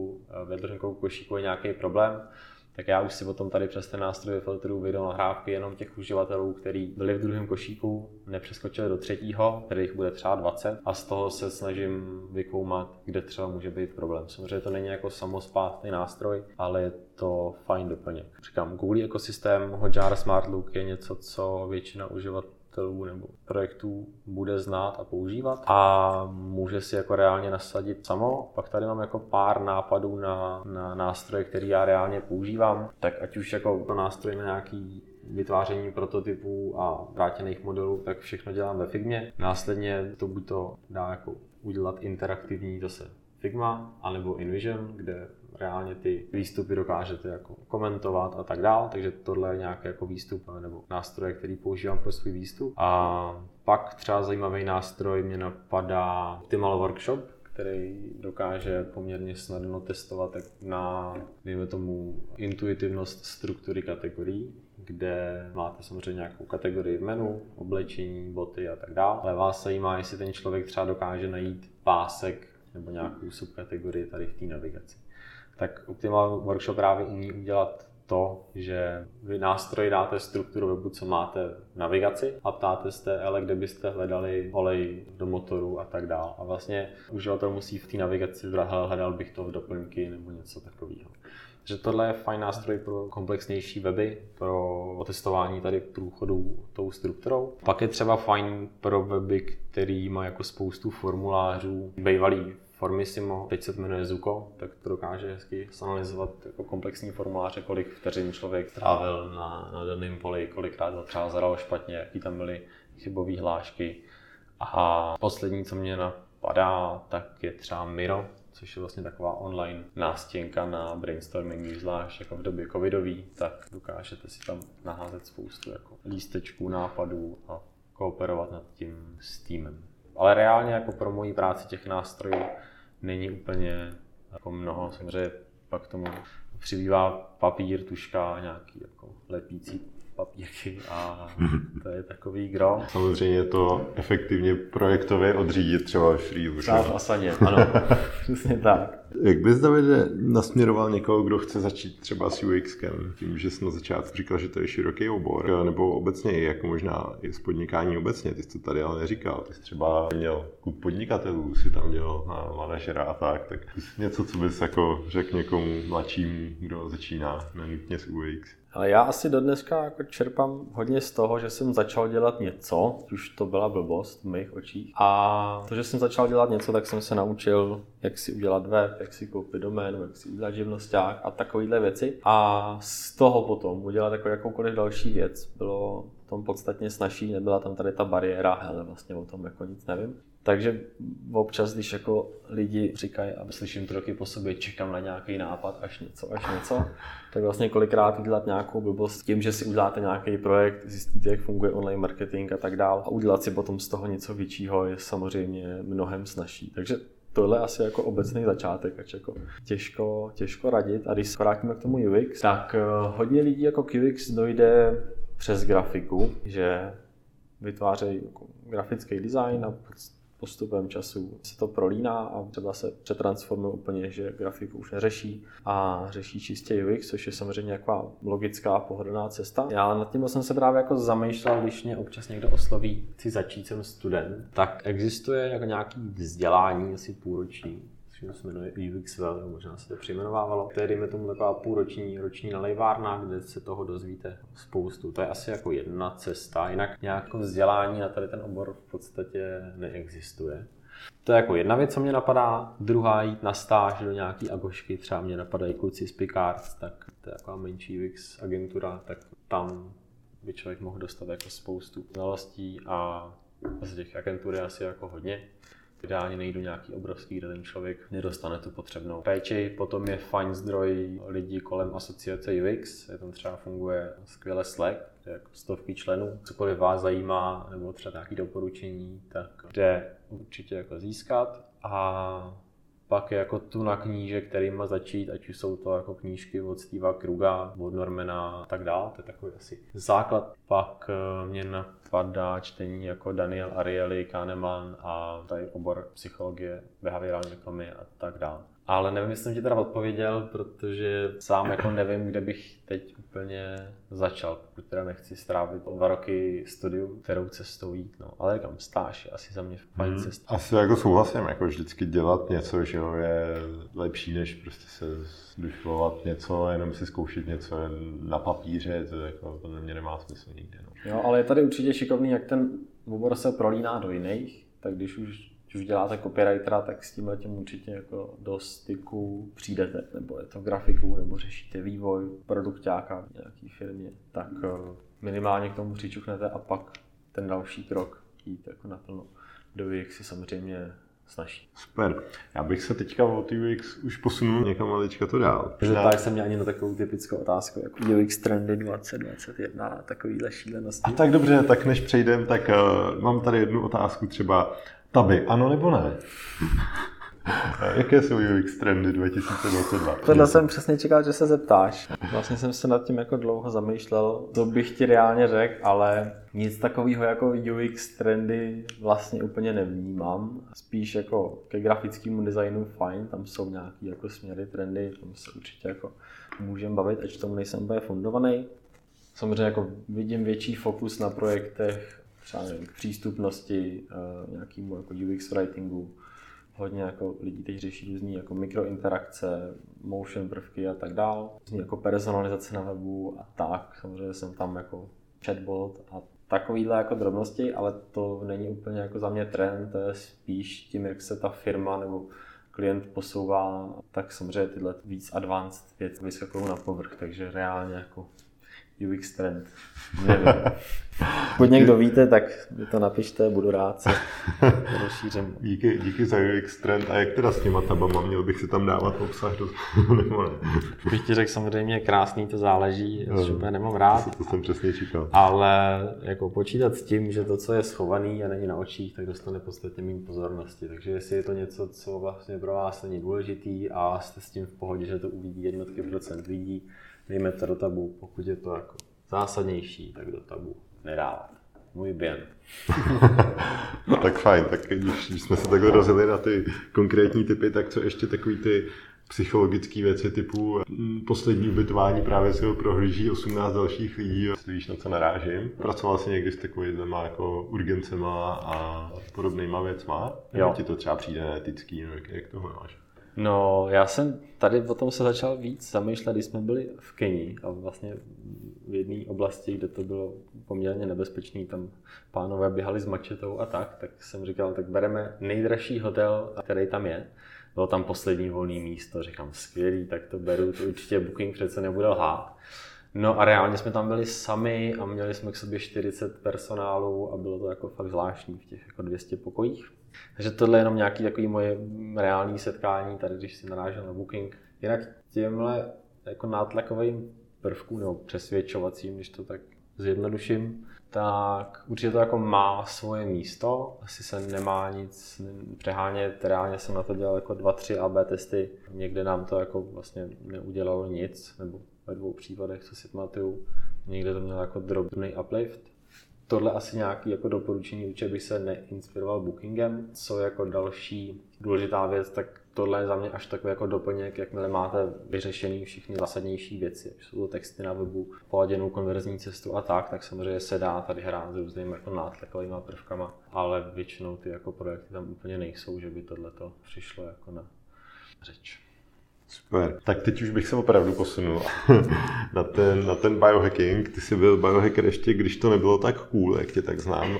C: košíku je nějaký problém, tak já už si potom tady přes ten nástroj filtruju video nahrávky jenom těch uživatelů, kteří byli v druhém košíku, nepřeskočili do třetího, kterých bude třeba 20 a z toho se snažím vykoumat, kde třeba může být problém. Samozřejmě to není jako samospátný nástroj, ale je to fajn doplněk. Říkám, Google ekosystém, Hotjar, SmartLook je něco, co většina uživatelů nebo projektů bude znát a používat a může si jako reálně nasadit samo. Pak tady mám jako pár nápadů na nástroje, které já reálně používám, tak ať už jako to nástroj na nějaký vytváření prototypů a vrátěných modelů, tak všechno dělám ve Figmě. Následně to buď to dá jako udělat interaktivní zase Figma, anebo InVision, kde reálně ty výstupy dokážete jako komentovat a tak dál, takže tohle je nějaký jako výstup nebo nástroje, který používám pro svůj výstup. A pak třeba zajímavý nástroj mě napadá Optimal Workshop, který dokáže poměrně snadno testovat na, dejme tomu, intuitivnost struktury kategorií, kde máte samozřejmě nějakou kategorii v menu, oblečení, boty a tak dále, ale vás zajímá, jestli ten člověk třeba dokáže najít pásek nebo nějakou subkategorii tady v té navigaci. Tak Optimal Workshop právě umí udělat to, že vy nástroji dáte strukturu webu, co máte v navigaci a ptáte se, ale kde byste hledali olej do motoru a tak dále. A vlastně uživatel musí v té navigaci hledal bych to v doplňky nebo něco takového. Takže tohle je fajn nástroj pro komplexnější weby, pro testování tady průchodu tou strukturou. Pak je třeba fajn pro weby, který má jako spoustu formulářů, bývalý Formissimo, teď se to jmenuje Zuko, tak to dokáže hezky analyzovat jako komplexní formuláře, kolik vteřin člověk trávil na daném poli, kolikrát ho třeba zadal špatně, jaký tam byly chybové hlášky. A poslední, co mě napadá, tak je třeba Miro, což je vlastně taková online nástěnka na brainstorming, zvlášť jako v době covidový, tak dokážete si tam naházet spoustu jako lístečků, nápadů a kooperovat nad tím s týmem. Ale reálně jako pro moji práci těch nástrojů není úplně jako mnoho, samozřejmě pak tomu přibývá papír, tužka, nějaký jako lepící papírky a to je takový gro.
A: Samozřejmě je to efektivně projektově odřídit třeba v Freelu.
B: Třeba v Asaně, ano, přesně tak.
A: Jak bys, Davide, nasměroval někoho, kdo chce začít třeba s UXkem, tím, že jsi na začátku říkal, že to je široký obor, nebo obecně, jako možná i z podnikání obecně, ty jsi to tady ale neříkal, ty jsi třeba měl klub podnikatelů, si tam dělal na manažera a tak něco, co bys jako řekl někomu mladšímu, kdo začíná nenutně s UX.
B: Ale já asi do dneska jako čerpám hodně z toho, že jsem začal dělat něco, už to byla blbost v mých očích. A to, že jsem začal dělat něco, tak jsem se naučil jak si udělat web, jak si koupit doménu, jak si udělat živnosťák a takovéhle věci. A z toho potom udělat jako jakoukoliv další věc bylo tom podstatně snazší, nebyla tam tady ta bariéra, hele, vlastně o tom jako nic nevím. Takže občas, když jako lidi říkají a slyším to roky po sobě, čekám na nějaký nápad, až něco, tak vlastně kolikrát udělat nějakou blbost tím, že si uděláte nějaký projekt, zjistíte, jak funguje online marketing a tak dál a udělat si potom z toho něco většího je samozřejmě mnohem snazší. Takže tohle je asi jako obecný začátek, ač jako těžko radit. A když se vrátíme k tomu UX, tak hodně lidí jako k UX dojde přes grafiku, že vytvářejí jako grafický design a postupem času se to prolíná a třeba se přetransformuje úplně, že grafiku už neřeší a řeší čistě UX, což je samozřejmě jako logická, pohodlná cesta. Já nad tím jsem se právě jako zamýšlel, když mě občas někdo osloví, chci začít, jsem student, tak existuje jako nějaký vzdělání, asi půlroční, což se jmenuje UXWell, možná se to přejmenovávalo. To je, dejme tomu, taková roční nalejvárna, kde se toho dozvíte spoustu. To je asi jako jedna cesta, jinak nějaké vzdělání na tady ten obor v podstatě neexistuje. To je jako jedna věc, co mě napadá. Druhá, jít na stáž do nějaký agošky, třeba mě napadají kluci z Picards, tak to je taková menší UX agentura, tak tam by člověk mohl dostat jako spoustu znalostí a z těch agentur je asi jako hodně. Ideálně nejdu nějaký obrovský, kde ten člověk nedostane tu potřebnou péči. Potom je fajn zdroj lidí kolem asociace UX, je tam třeba funguje skvěle Slack, kde jako stovky členů, cokoliv vás zajímá, nebo třeba nějaké doporučení, tak jde určitě jako získat. A pak je jako tu na kníže, kterýma začít, ať už jsou to jako knížky od Steva Kruga, od Normana a tak dále, to je takový asi základ. Pak mě napadá čtení jako Daniel Ariely, Kahneman a tady obor psychologie, behaviorální ekonomie a tak dále. Ale nevím, jestli jsem ti teda odpověděl, protože sám jako nevím, kde bych teď úplně začal, pokud teda nechci strávit 2 roky studium, kterou cestou jít, no. Ale říkám, stáž je asi za mě fajn cesta.
A: Asi jako souhlasím, jako vždycky dělat něco, že jo, je lepší, než prostě se zdušovat něco a jenom si zkoušet něco na papíře, to jako to mě nemá smysl nikdy, no.
B: Jo, ale je tady určitě šikovný, jak ten obor se prolíná do jiných, tak když už děláte copywritera, tak s tímhletím určitě jako do styku přijdete, nebo je to grafiku, nebo řešíte vývoj produkťáka v nějaký firmě, tak minimálně k tomu přičuchnete a pak ten další krok jít jako naplno do UX si samozřejmě snaží.
A: Super. Já bych se teďka od UX už posunul někam malička to dál.
B: Tak jsem měl ani na takovou typickou otázku, jako UX trendy 2021 a takovýhle šílenosti.
A: A tak dobře, tak než přejdem, tak mám tady jednu otázku třeba. Taby, ano nebo ne? Jaké jsou UX trendy 2022?
B: Tohle jsem přesně čekal, že se zeptáš. Vlastně jsem se nad tím jako dlouho zamýšlel, co bych ti reálně řekl, ale nic takového jako UX trendy vlastně úplně nevnímám. Spíš jako ke grafickému designu fajn, tam jsou nějaký jako směry, trendy, tam se určitě jako můžeme bavit, ať tomu nejsem úplně fundovaný. Samozřejmě jako vidím větší fokus na projektech, třeba nevím, k přístupnosti, nějakému jako UX writingu. Hodně jako lidí teď řeší různý jako mikrointerakce, motion prvky a tak dál. Různý jako personalizace na webu a tak. Samozřejmě jsem tam jako chatbot a takovýhle jako drobnosti, ale to není úplně jako za mě trend, to je spíš tím, jak se ta firma nebo klient posouvá, tak samozřejmě tyhle víc advanced věci vyskakují na povrch, takže reálně jako UX trend. Nevím. Pokud někdo víte, tak mi to napište, budu rád se rozšířím.
A: Díky za UX trend. A jak teda s těma tabama? Měl bych si tam dávat obsah do nebo ne?
C: Bych ti řekl, samozřejmě krásný, to záleží, super nemám rád.
A: To jsem přesně čekal.
C: Ale jako počítat s tím, že to, co je schovaný a není na očích, tak dostane podstatně méně pozornosti. Takže jestli je to něco, co vlastně pro vás není důležitý a jste s tím v pohodě, že to uvidí jednotky procent lidí, dejme to do tabu, pokud je to jako zásadnější, tak do tabu nedávat. Můj bien.
A: Tak fajn, tak když jsme se takhle rozjeli na ty konkrétní typy, tak co ještě takový ty psychologické věci typu poslední ubytování právě si ho prohlíží 18 dalších lidí, víš, na co narážím. Pracoval jsi někdy s takovýma jako urgencema a podobnýma věcma? Nebo ti to třeba přijde neetický, no, jak toho máš?
B: No, já jsem tady o tom se začal víc zamýšlet, když jsme byli v Keni a vlastně v jedné oblasti, kde to bylo poměrně nebezpečné, tam pánové běhali s mačetou a tak jsem říkal, tak bereme nejdražší hotel, který tam je
C: bylo tam poslední volné místo, říkám skvělý, tak to beru, to určitě Booking přece nebude lhát. No a reálně jsme tam byli sami a měli jsme k sobě 40 personálu a bylo to jako fakt zvláštní v těch jako 200 pokojích. Takže tohle je jenom nějaké takové moje reální setkání, tady když si narážel na Booking. Jinak těmhle jako nátlakovým prvkům nebo přesvědčovacím, když to tak zjednoduším, tak určitě to jako má svoje místo, asi se nemá nic přehánět, reálně jsem na to dělal jako 2-3 AB testy, někde nám to jako vlastně neudělalo nic, nebo ve 2 případech, co si pamatuju, někde to mělo jako drobný uplift. Tohle asi nějaký jako doporučení, určitě bych se neinspiroval Bookingem. Co jako další důležitá věc, tak tohle je za mě až takový jako doplněk, jakmile máte vyřešený všechny zásadnější věci, jsou to texty na webu, poladěnou konverzní cestu a tak samozřejmě se dá tady hrát s různými jako nátlakovými prvkama, ale většinou ty jako projekty tam úplně nejsou, že by tohleto přišlo jako na řeč.
A: Super. Tak teď už bych se opravdu posunul na ten biohacking. Ty jsi byl biohacker ještě, když to nebylo tak cool, jak tě tak znám.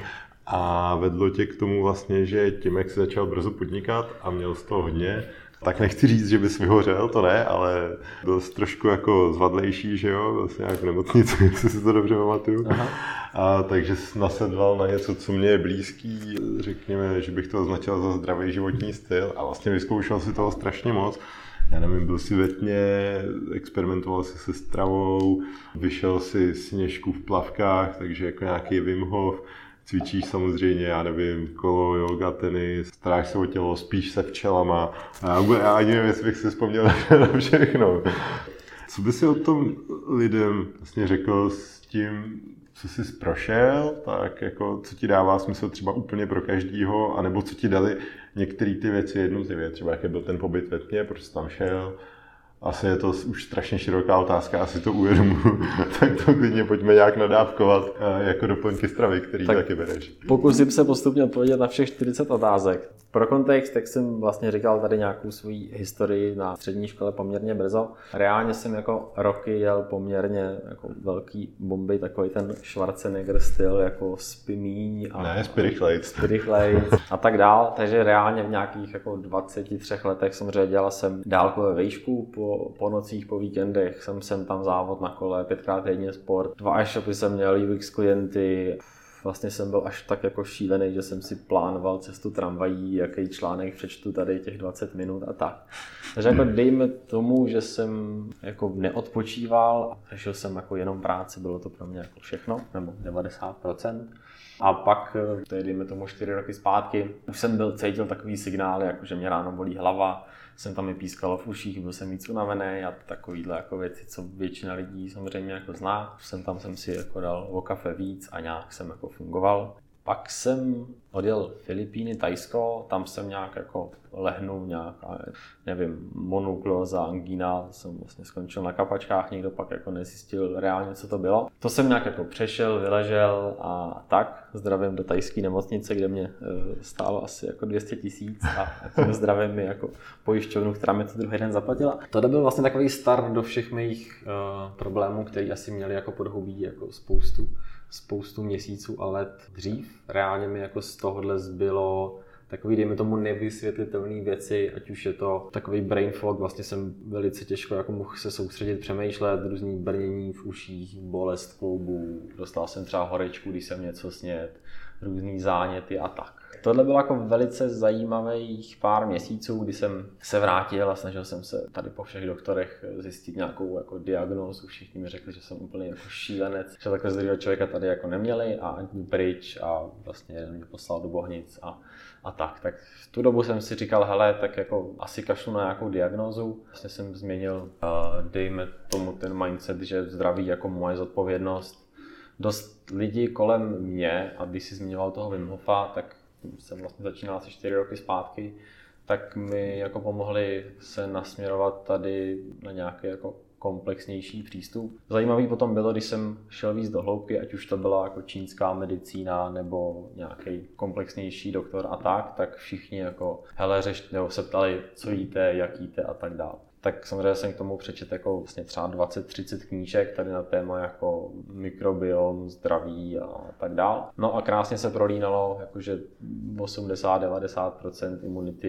A: A vedlo tě k tomu vlastně, že tím, jak jsi začal brzo podnikat a měl z toho hodně, tak nechci říct, že bys vyhořel, to ne, ale byl jsi trošku jako zvadlejší, že jo, byl jsi nějak v nemocnici, jestli si to dobře pamatuju. A takže jsi nasedlal na něco, co mě je blízký, řekněme, že bych to označil za zdravý životní styl a vlastně vyzkoušel si toho strašně moc. Já nevím, byl si ve tmě, experimentoval si se stravou, vyšel si Sněžku v plavkách, takže jako nějaký Wim Hof, cvičíš samozřejmě, já nevím, kolo, yoga, tenis, staráš se o tělo, spíš se včelama. Já ani nevím, jestli bych si vzpomněl na všechno. Co by si o tom lidem vlastně řekl s tím, co jsi prošel, tak jako co ti dává smysl třeba úplně pro každýho, anebo co ti dali některé ty věci jednotlivě, třeba jaký byl ten pobyt ve tmě, proč jsi tam šel. Asi je to už strašně široká otázka, asi to uvědomuji, tak to klidně pojďme nějak nadávkovat jako doplňky stravy, který tak taky bereš.
B: Pokusím se postupně odpovědět na všech 40 otázek. Pro kontext, tak jsem vlastně říkal tady nějakou svou historii na střední škole poměrně brzo. Reálně jsem jako roky jel poměrně jako velký bomby, takový ten Schwarzenegger styl, jako spimíň a Spirichleid a tak dál. Takže reálně v nějakých jako 23 letech samozřejmě dělal jsem dálkové vejšku, po nocích, po víkendech jsem tam závod na kole, 5x týdně sport, 2 e-shopy jsem měl, UX klienty. Vlastně jsem byl až tak jako šílený, že jsem si plánoval cestu tramvají, jaký článek přečtu tady těch 20 minut a tak. Takže jako dejme tomu, že jsem jako neodpočíval a řešil jsem jako jenom práci, bylo to pro mě jako všechno, nebo 90%. A pak, to je dejme tomu 4 roky zpátky, už jsem cítil takový signály, jako že mě ráno bolí hlava, jsem tam mi pískalo v uších, byl jsem víc unavený a takovýhle jako věci, co většina lidí samozřejmě jako zná. Jsem si jako dal o kafe víc a nějak jsem jako fungoval. Pak jsem odjel Filipíny, Thajsko, tam jsem nějak jako lehnul nějaká, nevím, monoklóza, angína, jsem vlastně skončil na kapačkách, nikdo pak jako nezjistil reálně, co to bylo. To jsem nějak jako přešel, vyležel a tak, zdravím do thajské nemocnice, kde mě stálo asi jako 200 000 a zdravím mi jako pojišťovnu, která mi to druhý den zaplatila. To byl vlastně takový start do všech mých problémů, který asi měli jako podhoubí jako spoustu měsíců a let dřív. Reálně mi jako z tohohle zbylo takový, dejme tomu, nevysvětlitelné věci, ať už je to takový brain fog, vlastně jsem velice těžko jako mohl se soustředit, přemýšlet, různý brnění v uších, bolest kloubů, dostal jsem třeba horečku, když jsem něco snědl, různý záněty a tak. Tohle bylo jako velice zajímavých pár měsíců, kdy jsem se vrátil a snažil jsem se tady po všech doktorech zjistit nějakou jako diagnózu. Všichni mi řekli, že jsem úplně jako šílenec, že takhle zdravého člověka tady jako neměli a jdu pryč a vlastně jeden mě poslal do Bohnic a tak. Tak v tu dobu jsem si říkal, hele, tak jako asi kašlu na nějakou diagnózu. Vlastně jsem změnil, dejme tomu ten mindset, že zdraví jako moje zodpovědnost. Dost lidí kolem mě, a když si zmiňoval toho Wim Hofa, tak jsem vlastně začínal asi 4 roky zpátky, tak mi jako pomohli se nasměrovat tady na nějaký jako komplexnější přístup. Zajímavý potom bylo, když jsem šel víc do hloubky, ať už to byla jako čínská medicína nebo nějaký komplexnější doktor a tak všichni jako hele, nebo se ptali, co jíte, jak jíte a tak dále. Tak samozřejmě jsem k tomu přečetl jako vlastně třeba 20-30 knížek tady na téma jako mikrobiom, zdraví a tak dál. No a krásně se prolínalo, jakože 80-90% imunity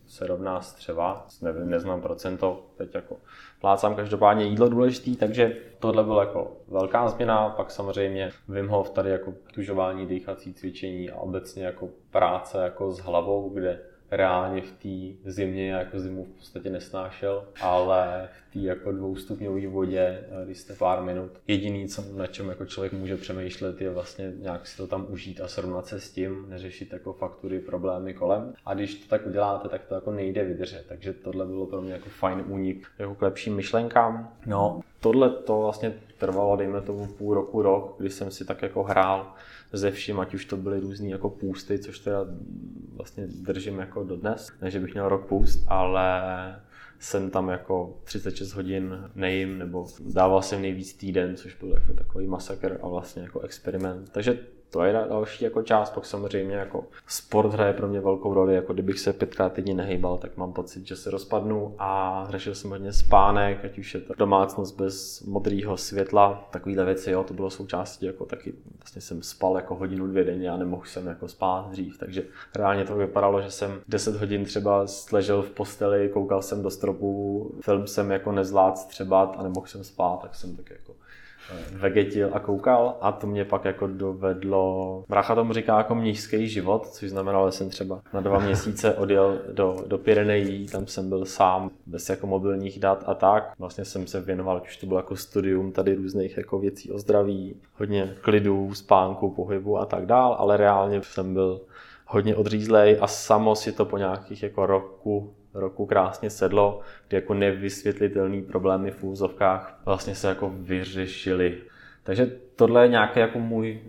B: se rovná střeva, nevím, neznám procento, teď jako plácám, každopádně jídlo důležitý, takže tohle bylo jako velká změna, pak samozřejmě Wim Hof tady jako tužování, dýchací cvičení a obecně jako práce jako s hlavou, kde reálně v té zimě jako zimu v podstatě nesnášel, ale v té jako 2stupňové vodě, když jste pár minut, jediný, na čem jako člověk může přemýšlet, je vlastně nějak si to tam užít a srovnat se s tím, neřešit jako faktury, problémy kolem. A když to tak uděláte, tak to jako nejde vydržet. Takže tohle bylo pro mě jako fajn únik jako k lepším myšlenkám. No, tohle to vlastně trvalo, dejme tomu půl roku, rok, kdy jsem si tak jako hrál ze vším, ať už to byly různý jako půsty, což teda vlastně držím jako dodnes, ne, že bych měl rok půst, ale jsem tam jako 36 hodin nejím, nebo dával jsem nejvíc týden, což byl jako takový masakr a vlastně jako experiment. Takže to je další jako část, pak samozřejmě jako sport hraje pro mě velkou roli, jako kdybych se 5krát týdně nehejbal, tak mám pocit, že se rozpadnu a řešil jsem hodně spánek, ať už je to domácnost bez modrého světla, takovýhle věci, jo, to bylo součástí, jako taky vlastně jsem spal jako hodinu, 2 denně a nemohl jsem jako spát dřív, takže reálně to vypadalo, že jsem 10 hodin třeba ležel v posteli, koukal jsem do stropu, film jsem jako nezvládl střebat a nemohl jsem spát, tak jsem tak jako vegetil a koukal a to mě pak jako dovedlo, brácha tomu říká jako mnišský život, což znamenalo, že jsem třeba na 2 měsíce odjel do Pyrenejí, tam jsem byl sám, bez jako mobilních dat a tak. Vlastně jsem se věnoval, už to bylo jako studium tady různých jako věcí o zdraví, hodně klidu, spánku, pohybu a tak dál, ale reálně jsem byl hodně odřízlej a samo si to po nějakých jako roku krásně sedlo, kdy jako nevysvětlitelný problémy v úzovkách vlastně se jako vyřešily. Takže tohle je nějaký jako můj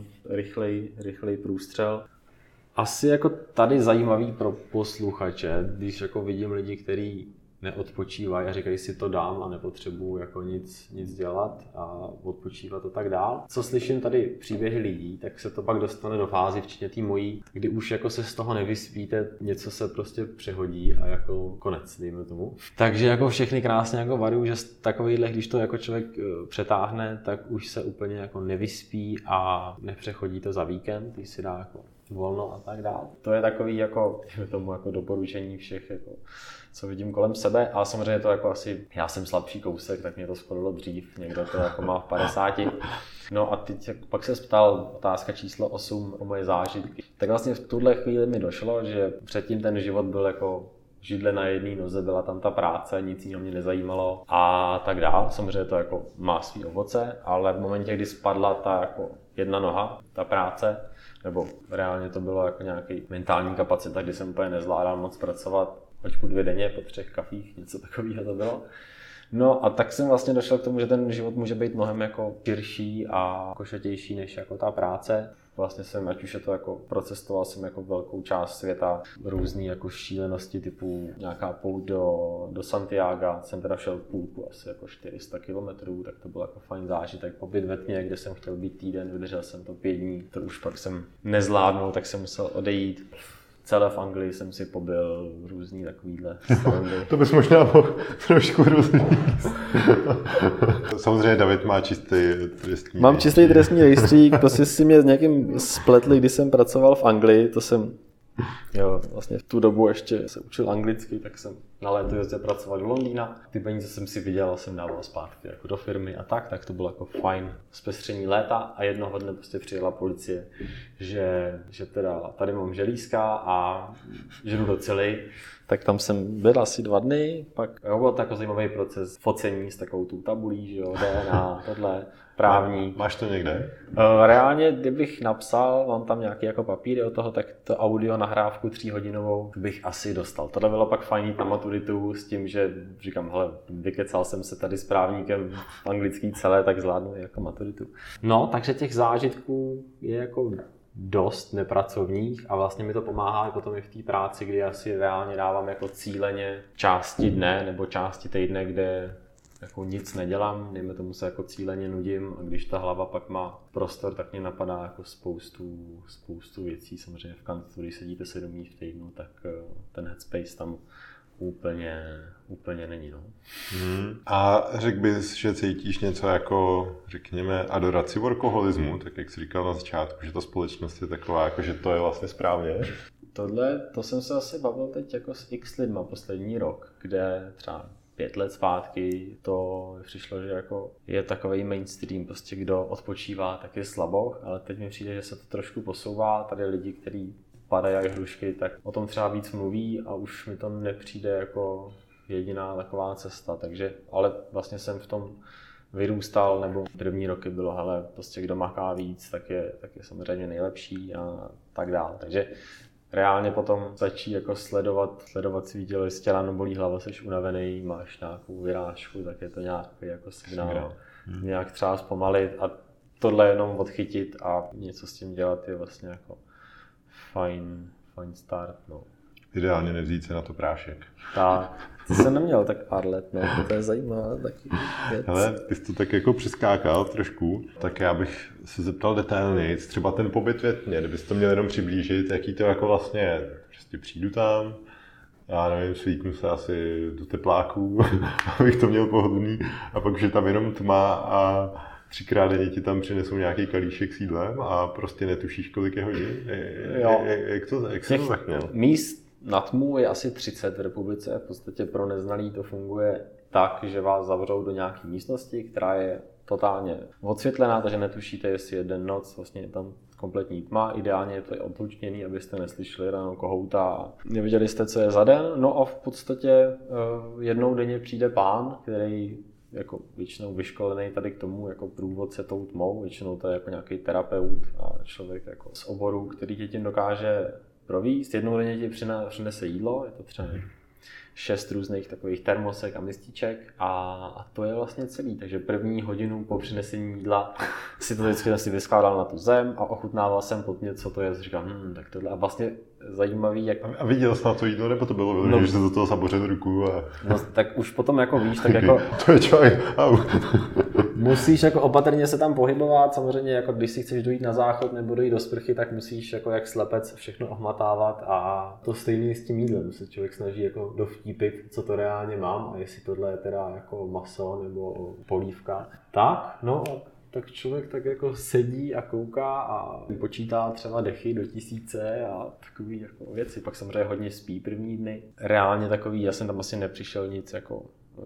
B: rychlej průstřel.
C: Asi jako tady zajímavý pro posluchače, když jako vidím lidi, kteří neodpočívají a říkají si to dám a nepotřebuji jako nic dělat a odpočívat a tak dál. Co slyším tady příběhy lidí, tak se to pak dostane do fázy, včetně té mojí, kdy už jako se z toho nevyspíte, něco se prostě přehodí a jako konec, dejme tomu. Takže jako všechny krásně jako varuju, že takovýhle, když to jako člověk přetáhne, tak už se úplně jako nevyspí a nepřechodí to za víkend, když si dá jako volno a tak dál.
B: To je takový jako tomu jako doporučení všech, jako, co vidím kolem sebe, ale samozřejmě to jako asi, já jsem slabší kousek, tak mě to spadlo dřív, někdo to jako má v 50. No a teď pak se ptal otázka číslo 8 o moje zážitky. Tak vlastně v tuhle chvíli mi došlo, že předtím ten život byl jako židle na jedné noze, byla tam ta práce, nic jiného mě nezajímalo a tak dál. Samozřejmě to jako má svý ovoce, ale v momentě, kdy spadla ta jako jedna noha, ta práce, nebo reálně to bylo jako nějaký mentální kapacita, kdy jsem úplně nezvládal moc pracovat, hoďku 2 denně po 3 kafích, něco takového to bylo. No a tak jsem vlastně došel k tomu, že ten život může být mnohem jako širší a košatější než jako ta práce. Vlastně jsem, ať už je to jako procestoval jsem jako velkou část světa, různý jako šílenosti typu nějaká pouť do Santiaga, jsem teda šel půlku asi jako 400 km, tak to byl jako fajn zážitek. Pobyt ve tmě, kde jsem chtěl být týden, vydržel jsem to 5 dní, to už pak jsem nezvládnul, tak jsem musel odejít. Celé v Anglii jsem si pobyl různý takovýhle strandy.
A: To bys možná mohl trošku různý. Samozřejmě David má čistý trestní.
B: Mám čistý trestní rejstřík, prostě si mě s někým spletli, když jsem pracoval v Anglii, to jsem vlastně v tu dobu ještě se učil anglicky, tak jsem na léto jezdil pracovat do Londýna. Ty peníze jsem si vydělal a jsem dával zpátky jako do firmy a tak to bylo jako fajn zpestření léta a jednoho dne prostě přijela policie, že teda tady mám želízka a že jdu do Cily. Tak tam jsem byl asi 2 dny, pak byl takový zajímavý proces focení s takovou tu tabulí, že jo, DNA, tohle, právní.
A: Máš to někde?
B: Reálně, kdybych napsal, mám tam nějaký jako papíry od toho, tak to audio nahrávku 3hodinovou bych asi dostal. Tohle bylo pak fajn jít na maturitu s tím, že říkám, hele, vykecal jsem se tady s právníkem v anglický celé, tak zvládnu jako maturitu.
C: No, takže těch zážitků je jako dost nepracovních a vlastně mi to pomáhá potom i v té práci, kdy já si reálně dávám jako cíleně části dne nebo části týdne, kde jako nic nedělám, dejme tomu se jako cíleně nudím a když ta hlava pak má prostor, tak mě napadá jako spoustu věcí. Samozřejmě v kanceláři, když sedíte 7 dní v týdnu, tak ten headspace tam úplně není. No.
A: A řekl bys, že cítíš něco jako, řekněme, adoraci workoholismu, tak jak jsi říkal na začátku, že ta společnost je taková, jako, že to je vlastně správně?
B: To jsem se asi bavil teď jako s x lidma poslední rok, kde třeba 5 let zpátky to přišlo, že jako je takovej mainstream, prostě kdo odpočívá, tak je slaboch, ale teď mi přijde, že se to trošku posouvá. Tady lidi, kteří padají jak hrušky, tak o tom třeba víc mluví a už mi to nepřijde jako jediná taková cesta, takže, ale vlastně jsem v tom vyrůstal, nebo první roky bylo, hele, prostě kdo maká víc, tak je samozřejmě nejlepší a tak dále, takže reálně potom začí jako sledovat svý tělo, jestli tě ráno bolí hlava, jsi unavený, máš nějakou vyrážku, tak je to nějaký jako signál, nějak třeba zpomalit a tohle jenom odchytit a něco s tím dělat je vlastně jako fajn start, no.
A: Ideálně nevzít se na to prášek.
B: Tak, to jsem neměl tak pár let, no, to je zajímavé taky věc.
A: Hele, ty jsi to tak jako přeskákal trošku, tak já bych se zeptal detailněji, třeba ten pobyt ve tmě, kdybys to měl jenom přiblížit, jaký to jako vlastně je. Prostě přijdu tam, já nevím, svítnu se asi do tepláků, abych to měl pohodlný, a pak už je tam jenom tma a 3krát denně ti tam přinesou nějaký kalíšek s jídlem a prostě netušíš, kolik je hodin. Jak se to tak měl?
B: Míst na tmu je asi 30 v republice, v podstatě pro neznalý to funguje tak, že vás zavřou do nějaké místnosti, která je totálně odsvětlená, takže netušíte, jestli je den, noc, vlastně je tam kompletní tma, ideálně je to odlučněný, abyste neslyšeli ráno kohouta a nevěděli jste, co je za den. No a v podstatě jednou denně přijde pán, který jako většinou vyškolený tady k tomu jako průvodce tou tmou, většinou to je jako nějaký terapeut a člověk jako z oboru, který tě tím dokáže províst. Jednou denně ti přinese jídlo, je to třeba 6 různých takových termosek a mističek a to je vlastně celý. Takže první hodinu po přinesení jídla si to vždycky vyskládal na tu zem a ochutnával jsem pod mě, co to je. Říkám, tak tohle. A vlastně zajímavý, jak...
A: A viděl jsi na to jídlo, nebo to bylo vyložené, že jsi do toho zabořil ruku a...
B: No tak už potom jako víš, tak jako...
A: To je člověk,
B: Musíš jako opatrně se tam pohybovat, samozřejmě jako když si chceš dojít na záchod nebo dojít do sprchy, tak musíš jako jak slepec všechno ohmatávat a to stejný s tím jídlem, se člověk snaží jako dovtípit, co to reálně mám a jestli tohle je teda jako maso nebo polívka. Tak, no tak člověk tak jako sedí a kouká a počítá třeba dechy do 1000 a takový jako věci. Pak samozřejmě hodně spí první dny. Reálně takový, já jsem tam asi nepřišel nic jako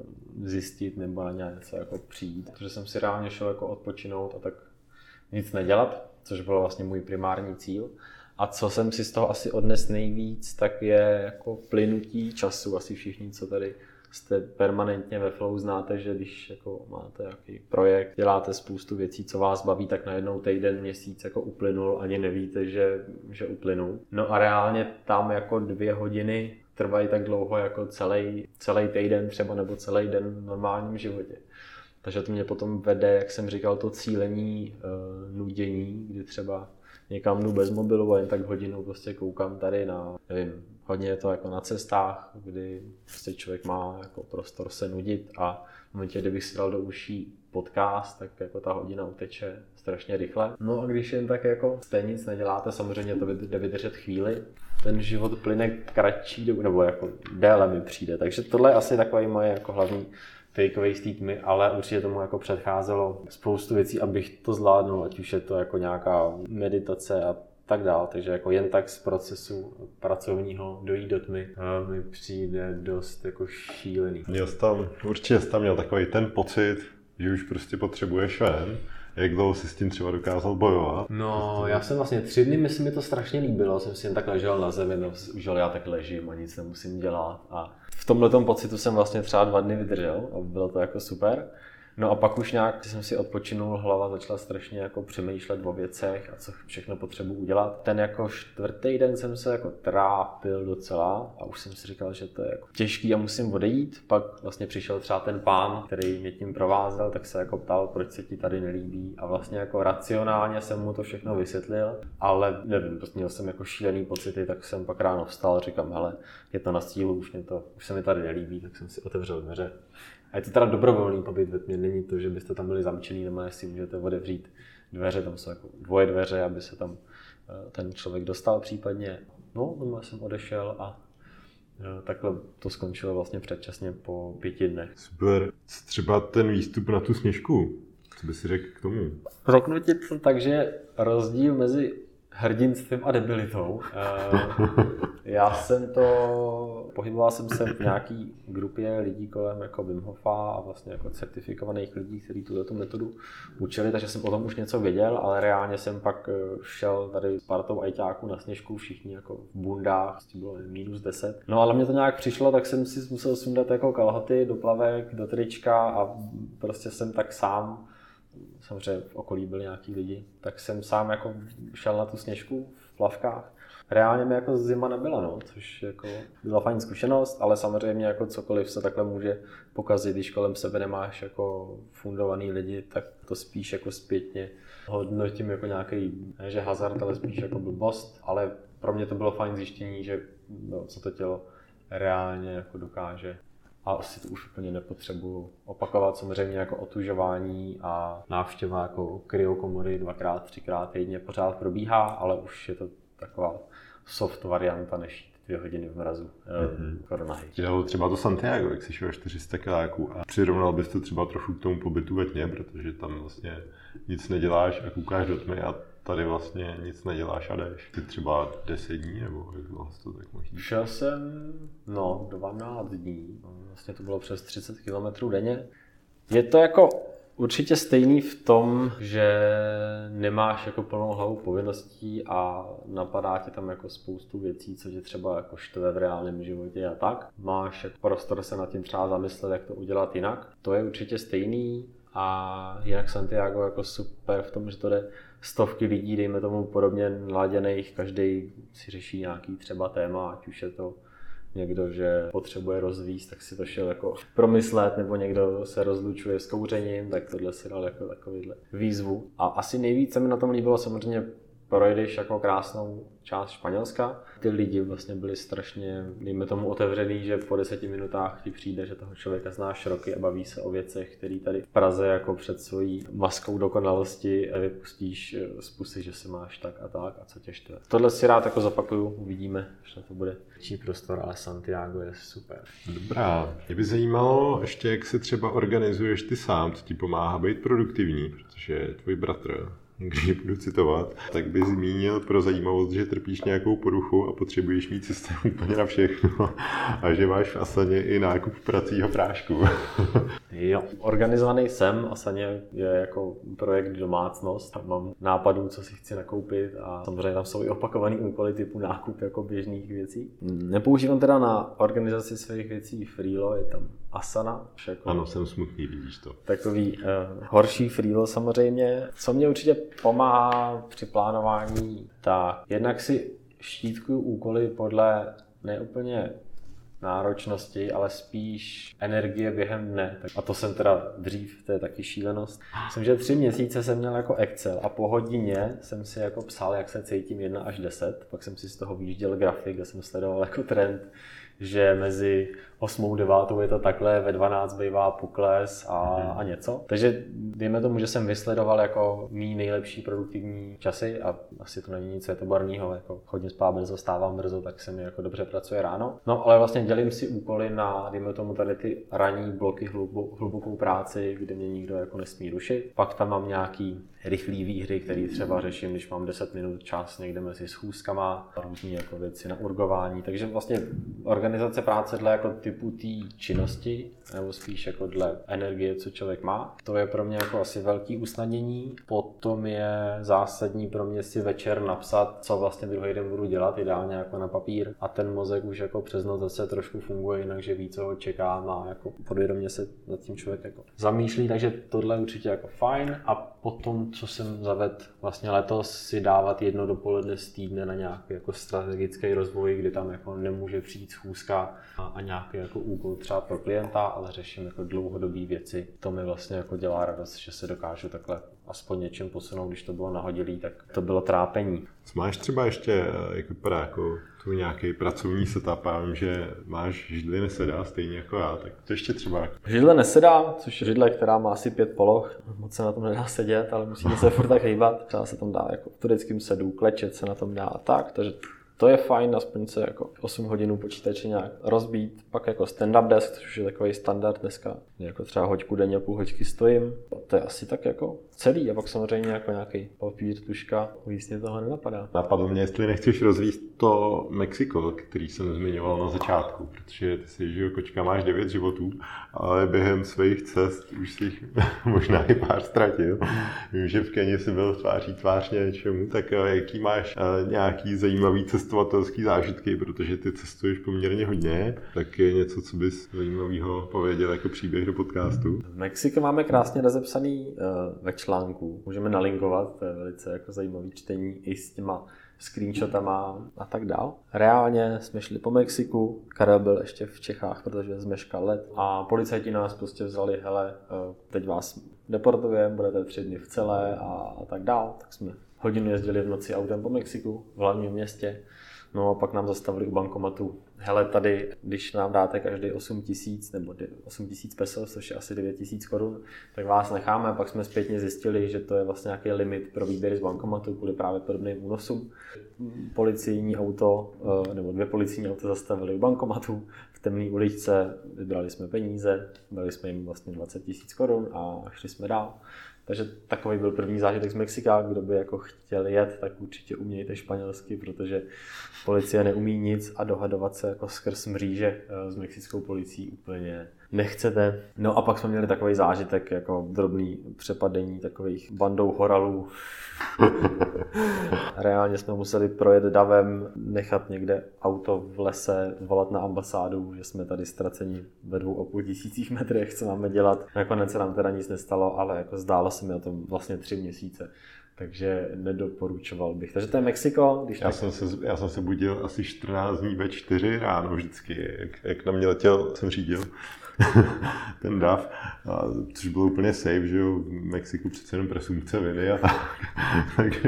B: zjistit nebo na něco jako přijít. Protože jsem si reálně šel jako odpočinout a tak nic nedělat, což byl vlastně můj primární cíl. A co jsem si z toho asi odnes nejvíc, tak je jako plynutí času. Asi všichni, co tady jste permanentně ve flow, znáte, že když jako máte nějaký projekt, děláte spoustu věcí, co vás baví, tak najednou týden, měsíc jako uplynul, ani nevíte, že uplynul. No a reálně tam jako 2 hodiny trvají tak dlouho jako celý týden třeba nebo celý den v normálním životě. Takže to mě potom vede, jak jsem říkal, to cílení, nudění, kdy třeba někam jdu bez mobilu a jen tak hodinu prostě koukám tady na, nevím, hodně je to jako na cestách, kdy prostě člověk má jako prostor se nudit a v momentě, kdybych si dal do uší podcast, tak jako ta hodina uteče strašně rychle. No a když jen tak jako stejně nic neděláte, samozřejmě to jde vydržet chvíli, ten život plyne kratší dobu, nebo jako déle mi přijde, takže tohle je asi takový moje jako hlavní takeaway z té tmy, ale určitě tomu jako předcházelo spoustu věcí, abych to zvládnul, ať už je to jako nějaká meditace a tak dál, takže jako jen tak z procesu pracovního dojít do tmy mi přijde dost jako šílený.
A: Určitě jsi tam měl takový ten pocit, že už prostě potřebuješ ven. Jak dlouho jsi s tím třeba dokázal bojovat?
B: No, já jsem vlastně 3 dny, myslím, mi to strašně líbilo, jsem si jen tak ležel na zemi, užil, já tak ležím a nic nemusím dělat a v tomhletom pocitu jsem vlastně třeba 2 dny vydržel a bylo to jako super. No a pak už nějak jsem si odpočinul, hlava začala strašně jako přemýšlet o věcech a co všechno potřebuji udělat. Ten jako 4. den jsem se jako trápil docela a už jsem si říkal, že to je jako těžký a musím odejít. Pak vlastně přišel třeba ten pán, který mě tím provázel, tak se jako ptal, proč se ti tady nelíbí a vlastně jako racionálně jsem mu to všechno vysvětlil, ale nevím, prostě měl jsem jako šílený pocity, tak jsem pak ráno vstal, říkám, hele, je to na sílu, už se mi tady nelíbí, tak jsem si otevřel dveře. A je to teda dobrovolný pobyt ve tmě, není to, že byste tam byli zamčený, nebo si můžete otevřít dveře, tam jsou jako 2 dveře, aby se tam ten člověk dostal případně. No, doma jsem odešel a takhle to skončilo vlastně předčasně po 5 dnech.
A: Super. Třeba ten výstup na tu Sněžku, co by si řekl k tomu?
B: Řeknu ti to tak, že rozdíl mezi
C: hrdinstvím a debilitou. Pohyboval jsem se v nějaký grupě lidí kolem jako Wim Hofa a vlastně jako certifikovaných lidí, kteří tuto metodu učili, takže jsem o tom už něco věděl, ale reálně jsem pak šel tady s partou ajťáků na Sněžku, všichni jako v bundách, bylo -10. No ale mě to nějak přišlo, tak jsem si musel sundat jako kalhoty do plavek, do trička a prostě jsem tak sám, samozřejmě v okolí byli nějaký lidi, tak jsem sám jako šel na tu Sněžku v plavkách. Reálně mi jako zima nebyla, no, což jako byla fajn zkušenost, ale samozřejmě jako cokoliv se takhle může pokazit, když kolem sebe nemáš jako fundovaný lidi, tak to spíš jako zpětně hodnotím jako nějaký, ne že hazard, ale spíš jako blbost, ale pro mě to bylo fajn zjištění, že no, co to tělo reálně jako dokáže. A asi to už úplně nepotřebuju opakovat, samozřejmě jako otužování a návštěva jako kryokomory 2x, 3x týdně pořád probíhá, ale už je to taková soft varianta než 2 hodiny v mrazu koronahy.
A: Dělalo třeba to Santiago, jak jsi šel 400 kiláků a přirovnal bys to třeba trochu k tomu pobytu ve tmě, protože tam vlastně nic neděláš a koukáš do tmy a tady vlastně nic neděláš a jdeš. Ty třeba 10 dní nebo jak dlouho to tak možný?
C: Šel jsem 12 dní, vlastně to bylo přes 30 km denně. Je to jako určitě stejný v tom, že nemáš jako plnou hlavu povinností a napadá tě tam jako spoustu věcí, co tě třeba jako štve v reálném životě a tak. Máš jako prostor se nad tím třeba zamyslet, jak to udělat jinak. To je určitě stejný a jinak Santiago jako super v tom, že to jde stovky lidí, dejme tomu podobně naladěných, každý si řeší nějaký třeba téma, ať už je to někdo, že potřebuje rozvíst, tak si to šel jako promyslet, nebo někdo se rozlučuje s kouřením, tak tohle si dal jako takovýhle výzvu. A asi nejvíce mi na tom líbilo samozřejmě projdeš jako krásnou část Španělska. Ty lidi vlastně byli strašně, dejme tomu, otevřený, že po 10 minutách ti přijde, že toho člověka znáš roky a baví se o věcech, který tady v Praze jako před svojí maskou dokonalosti vypustíš z pusy, že si máš tak a co tě štve. Tohle si rád jako zopakuju, uvidíme, až na to bude větší prostor, ale Santiago je super.
A: Dobrá, mě by zajímalo ještě, jak se třeba organizuješ ty sám, co ti pomáhá být produktivní, protože tvůj bratr, když ji budu citovat, tak by zmínil pro zajímavost, že trpíš nějakou poruchu a potřebuješ mít systém úplně na všechno a že máš v Asaně i nákup pracího prášku.
C: Jo, organizovaný jsem, Asaně je jako projekt domácnost, mám nápadů, co si chci nakoupit a samozřejmě tam jsou i opakovaný úkoly typu nákup jako běžných věcí. Nepoužívám teda na organizaci svých věcí Freelo, je tam Asana. Jako
A: ano, jsem smutný, vidíš to.
C: Takový horší Freelo samozřejmě. Co mě určitě pomáhá při plánování, tak jednak si štítkuju úkoly podle neúplně náročnosti, ale spíš energie během dne. A to jsem teda dřív, to je taky šílenost. Myslím, že 3 měsíce jsem měl jako Excel a po hodině jsem si jako psal, jak se cítím 1 až 10. Pak jsem si z toho vyjížděl grafik, kde jsem sledoval jako trend, že mezi 8. 9. je to takhle, ve 12 bývá pokles a něco. Takže dejme tomu, že jsem vysledoval jako mý nejlepší produktivní časy a asi to není nic světoborného, jako hodně spát brzo, stávám brzo, tak se mi jako dobře pracuje ráno. No ale vlastně dělím si úkoly na, dejme tomu tady ty ranní bloky, hlubokou práci, kde mě nikdo jako nesmí rušit. Pak tam mám nějaký rychlý výhry, který třeba řeším, když mám 10 minut čas někde mezi schůzkama, různý jako věci na urgování. Takže vlastně organizace práce dle jako typu té činnosti, nebo spíš jako dle energie, co člověk má. To je pro mě jako asi velký usnadnění. Potom je zásadní pro mě si večer napsat, co vlastně druhý den budu dělat, ideálně jako na papír. A ten mozek už jako přes noc zase trošku funguje jinak, že ví, co ho čeká a jako podvědomě se nad tím člověk jako zamýšlí, takže tohle je určitě jako fajn. A potom, co jsem zavedl vlastně letos, si dávat jedno dopoledne z týdne na nějaký jako strategický rozvoj, kdy tam jako nemůže přijít schůzka a nějaký jako úkol třeba pro klienta, ale řeším jako dlouhodobé věci. To mi vlastně jako dělá radost, že se dokážu takhle aspoň něčím posunout, když to bylo nahodilý, tak to bylo trápení.
A: Máš třeba ještě, jak vypadá jako tu nějaký pracovní setup, já vím, že máš židli nesedá, stejně jako já, tak to ještě třeba.
C: Židle nesedá, což je židle, která má asi 5 poloh, moc se na tom nedá sedět, ale musíme se furt tak hejbat, třeba se tam dá jako v tureckém sedu, klečet se na tom dá a tak, takže
B: To je fajn, aspoň se jako 8 hodin počítače nějak rozbít, pak jako stand-up desk, což je takový standard dneska, jako třeba hoďku denně, půl hoďky stojím. To je asi tak jako celý a pak samozřejmě jako nějaký papír, tuška, víc mě toho nenapadá.
A: Napadlo mě, jestli nechceš rozvíjet to Mexiko, který jsem zmiňoval na začátku, protože ty si, že kočka, máš 9 životů, ale během svých cest už si jich možná i pár ztratil. Vím, že v Keni jsi byl tváří tvář něčemu, tak jaký máš nějaký zajímavý cestovatelský zážitky, protože ty cestuješ poměrně hodně, tak je něco, co bys zajímavého pověděl jako příběh do podcastu.
B: V Mexiku máme krásně rozepsaný ve článku, můžeme nalinkovat, to je velice jako zajímavý čtení i s těma screenshotama a tak dál. Reálně jsme šli po Mexiku, Karel byl ještě v Čechách, protože zmeškal let a policajti nás prostě vzali, hele, teď vás deportujeme, budete 3 dny v celé a tak dál. Tak jsme hodinu jezdili v noci autem po Mexiku, v hlavním městě. No a pak nám zastavili u bankomatu. Hele, tady, když nám dáte každý 8 000 nebo 8 000 pesos, což je asi 9 000 korun, tak vás necháme. Pak jsme zpětně zjistili, že to je vlastně nějaký limit pro výběry z bankomatu kvůli právě podobným únosům. Policejní auto, nebo 2 policejní auta zastavili u bankomatu v temné uličce, vybrali jsme peníze, dali jsme jim vlastně 20 000 korun a šli jsme dál. Takže takový byl první zážitek z Mexika. Kdo by jako chtěl jet, tak určitě umějte španělsky, protože policie neumí nic a dohadovat se jako skrz mříže s mexickou policií úplně nechcete. No a pak jsme měli takový zážitek, jako drobný přepadení takových bandou horalů. Reálně jsme museli projet davem, nechat někde auto v lese, volat na ambasádu, že jsme tady ztraceni ve 2,5 metrech, co máme dělat. Nakonec se nám teda nic nestalo, ale jako zdálo se mi o tom vlastně 3 měsíce. Takže nedoporučoval bych. Takže to je Mexiko.
A: Já jsem se budil asi 14 dní ve 4 ráno vždycky, jak na mě letěl, jsem řídil ten dav, což bylo úplně safe, že jo, v Mexiku přece jenom presumpce viny a tak.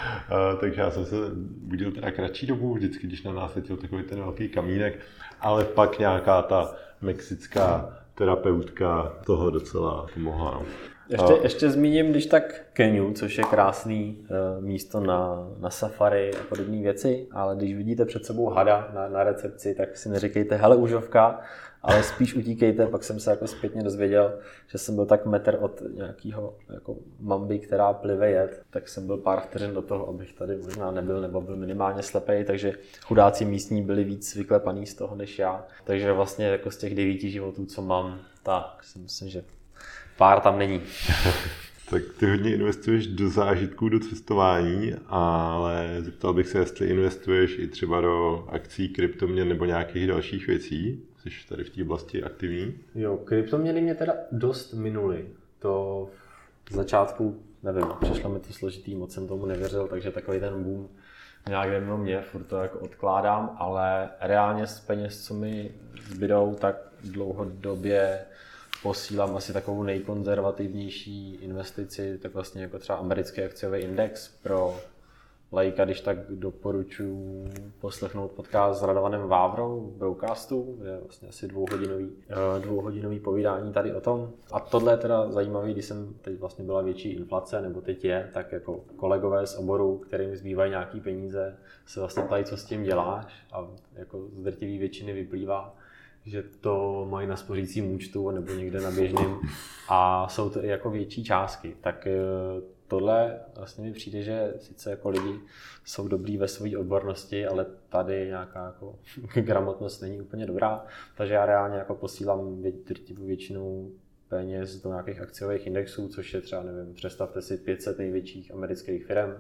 A: Takže já jsem se budil teda kratší dobu vždycky, když na nás letěl takový ten velký kamínek, ale pak nějaká ta mexická terapeutka toho docela pomohla. No.
B: Ještě zmíním, když tak Keniu, což je krásný místo na safari a podobné věci, ale když vidíte před sebou hada na recepci, tak si neříkejte hele užovka, ale spíš utíkejte. Pak jsem se jako zpětně dozvěděl, že jsem byl tak metr od nějakého jako mamby, která plive jed, tak jsem byl pár vteřin do toho, abych tady možná nebyl nebo byl minimálně slepej, takže chudáci místní byli víc vyklepaný z toho než já. Takže vlastně jako z těch 9 životů, co mám, tak si myslím, že pár tam není.
A: Tak ty hodně investuješ do zážitků, do cestování, ale zeptal bych se, jestli investuješ i třeba do akcí, kryptoměn nebo nějakých dalších věcí. Jsi tady v té oblasti aktivní?
C: Jo, kryptoměny mě teda dost minuly. To v začátku, nevím, přišlo mi to složitý, moc jsem tomu nevěřil, takže takový ten boom nějak mimo mě, furt to jako odkládám, ale reálně z peněz, co mi zbydou, tak dlouhodobě posílám asi takovou nejkonzervativnější investici, tak vlastně jako třeba americký akciový index. Pro laika, když tak doporučuji poslechnout podcast s Radovanem Vávrou v Broadcastu, je vlastně asi dvouhodinový povídání tady o tom. A tohle je teda zajímavý, když jsem teď vlastně byla větší inflace, nebo teď je, tak jako kolegové z oboru, kterým zbývají nějaký peníze, se vlastně ptají, co s tím děláš, a jako z drtivé většiny vyplývá, že to mají na spořícím účtu nebo někde na běžným a jsou to i jako větší částky. Tak tohle vlastně mi přijde, že sice jako lidi jsou dobrý ve své odbornosti, ale tady nějaká jako gramotnost není úplně dobrá, takže já reálně jako posílám drtivou většinu peněz do nějakých akciových indexů, což je třeba, nevím, představte si 500 největších amerických firm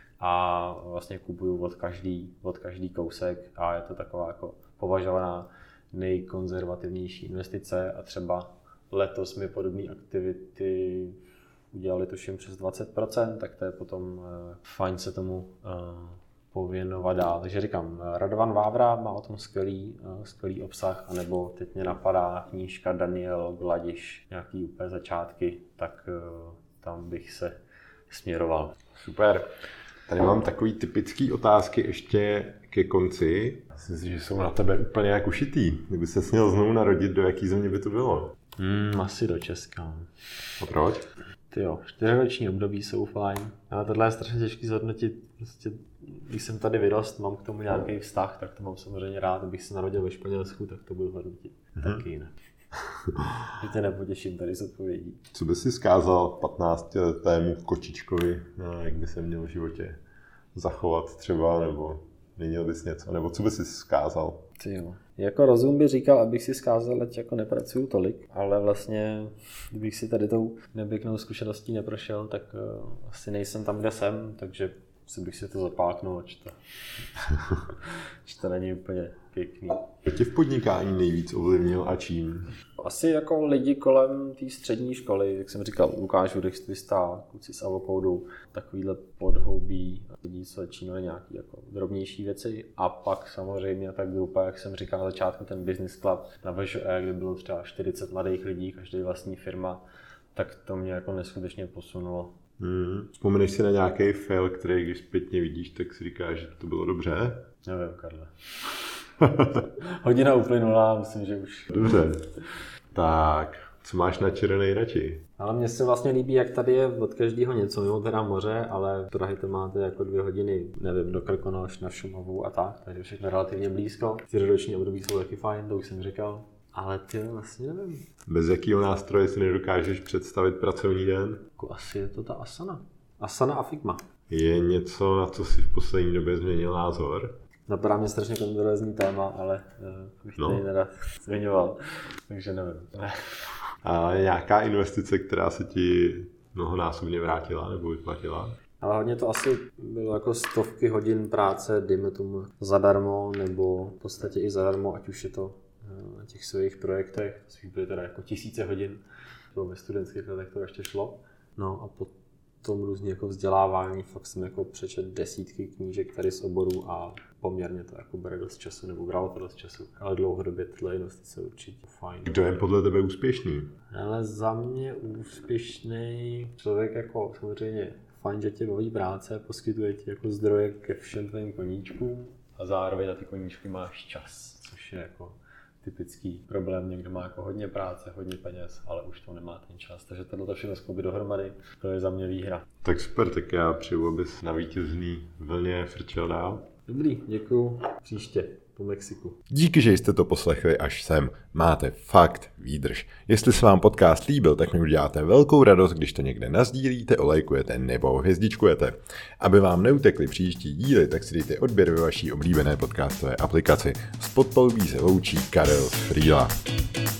C: a vlastně kupuju od každý kousek a je to taková jako považovaná nejkonzervativnější investice a třeba letos mi podobné aktivity udělali tuším přes 20%, tak to je potom fajn se tomu pověnovat dál. Takže říkám, Radovan Vávra má o tom skvělý obsah, anebo teď mě napadá knížka Daniel Gladiš, nějaký úplně začátky, tak tam bych se směroval.
A: Super. Tady mám takový typický otázky ještě ke konci. Myslím si, že jsou na tebe úplně jak ušitý. Kdyby se směl znovu narodit, do jaký země by to bylo?
C: Asi do Česka.
A: A proč?
C: Tyjo, 4roční období jsou fajn. Ale tohle je strašně těžký zhodnotit. Prostě, když jsem tady vyrost, mám k tomu nějaký vztah, tak to mám samozřejmě rád. Kdybych se narodil ve Španělsku, tak to budu hodnotit. Taky jinak. Že tě nepotěším tady s odpovědí.
A: Co by si vzkázal 15letému kočičkovi, jak by se měl v životě zachovat třeba, nebo neměl bys něco, nebo co by si vzkázal?
B: Tyjo. Jako rozum by říkal, abych si vzkázal, ať jako nepracuju tolik, ale vlastně, kdybych si tady tou nepěknou zkušeností neprošel, tak asi nejsem tam, kde jsem, takže si bych si to zapáknul, že to není úplně pěkný.
A: Co tě v podnikání nejvíc ovlivnil a čím?
B: Asi jako lidi kolem té střední školy, jak jsem říkal, Lukáš Hudextvista, kluci z Avocodu, takovýhle podhoubí lidí, co čínili nějaký jako drobnější věci. A pak samozřejmě ta grupa, jak jsem říkal na začátku, ten Business Club na VŽE, kde bylo třeba 40 mladých lidí, každý vlastní firma, tak to mě jako neskutečně posunulo.
A: Vzpomeneš si na nějaký fail, který když zpětně vidíš, tak si říkáš, že to bylo dobře?
B: Nevím, Karle. Hodina uplynula, myslím, že už.
A: Dobře. Tak, co máš na ČR nejradši?
C: Ale mně se vlastně líbí, jak tady je od každého něco, mimo teda moře, ale v Prahy to máte jako 2 hodiny, nevím, do Krkonoš, na Šumavu a tak, takže všechno relativně blízko. 4roční období jsou taky fajn, to už jsem říkal. Ale ty vlastně nevím.
A: Bez jakého nástroje si nedokážeš představit pracovní den?
C: Jako asi je to ta Asana. Asana a Figma.
A: Je něco, na co si v poslední době změnil názor?
B: Napadá mě strašně kontroverzní téma, ale bych to nerad zmiňoval, takže nevím.
A: A nějaká investice, která se ti mnohonásobně vrátila nebo vyplatila?
C: Ale hodně to asi bylo jako stovky hodin práce, dejme tomu zadarmo, nebo v podstatě i zadarmo, ať už je to na těch svých projektech, to byly teda jako tisíce hodin, ve studentských letech to ještě šlo. No a potom různě jako vzdělávání, fakt jsem jako přečet desítky knížek tady z oboru a poměrně to jako bere dost času, nebo bralo to dost času, ale dlouhodobě tyhle investice určitě fajn.
A: Kdo je podle tebe úspěšný?
C: Ale za mě úspěšný člověk jako samozřejmě fajn, že tě baví práce, poskytuje ti jako zdroje ke všem tvým koníčkům a zároveň na ty koníčky máš čas, což je jako typický problém. Někdo má jako hodně práce, hodně peněz, ale už to nemá ten čas. Takže tohle všechno skloubit dohromady, to je za mě výhra.
A: Tak super, tak já přeju, abys na vítězný vlně frčel dál.
C: Dobrý, děkuju. Příště po Mexiku.
A: Díky, že jste to poslechli až sem. Máte fakt výdrž. Jestli se vám podcast líbil, tak mi uděláte velkou radost, když to někde nazdílíte, olejkujete nebo hvězdičkujete. Aby vám neutekly příští díly, tak si dejte odběr ve vaší oblíbené podcastové aplikaci. Z podpalubí se loučí Karel z Frýla.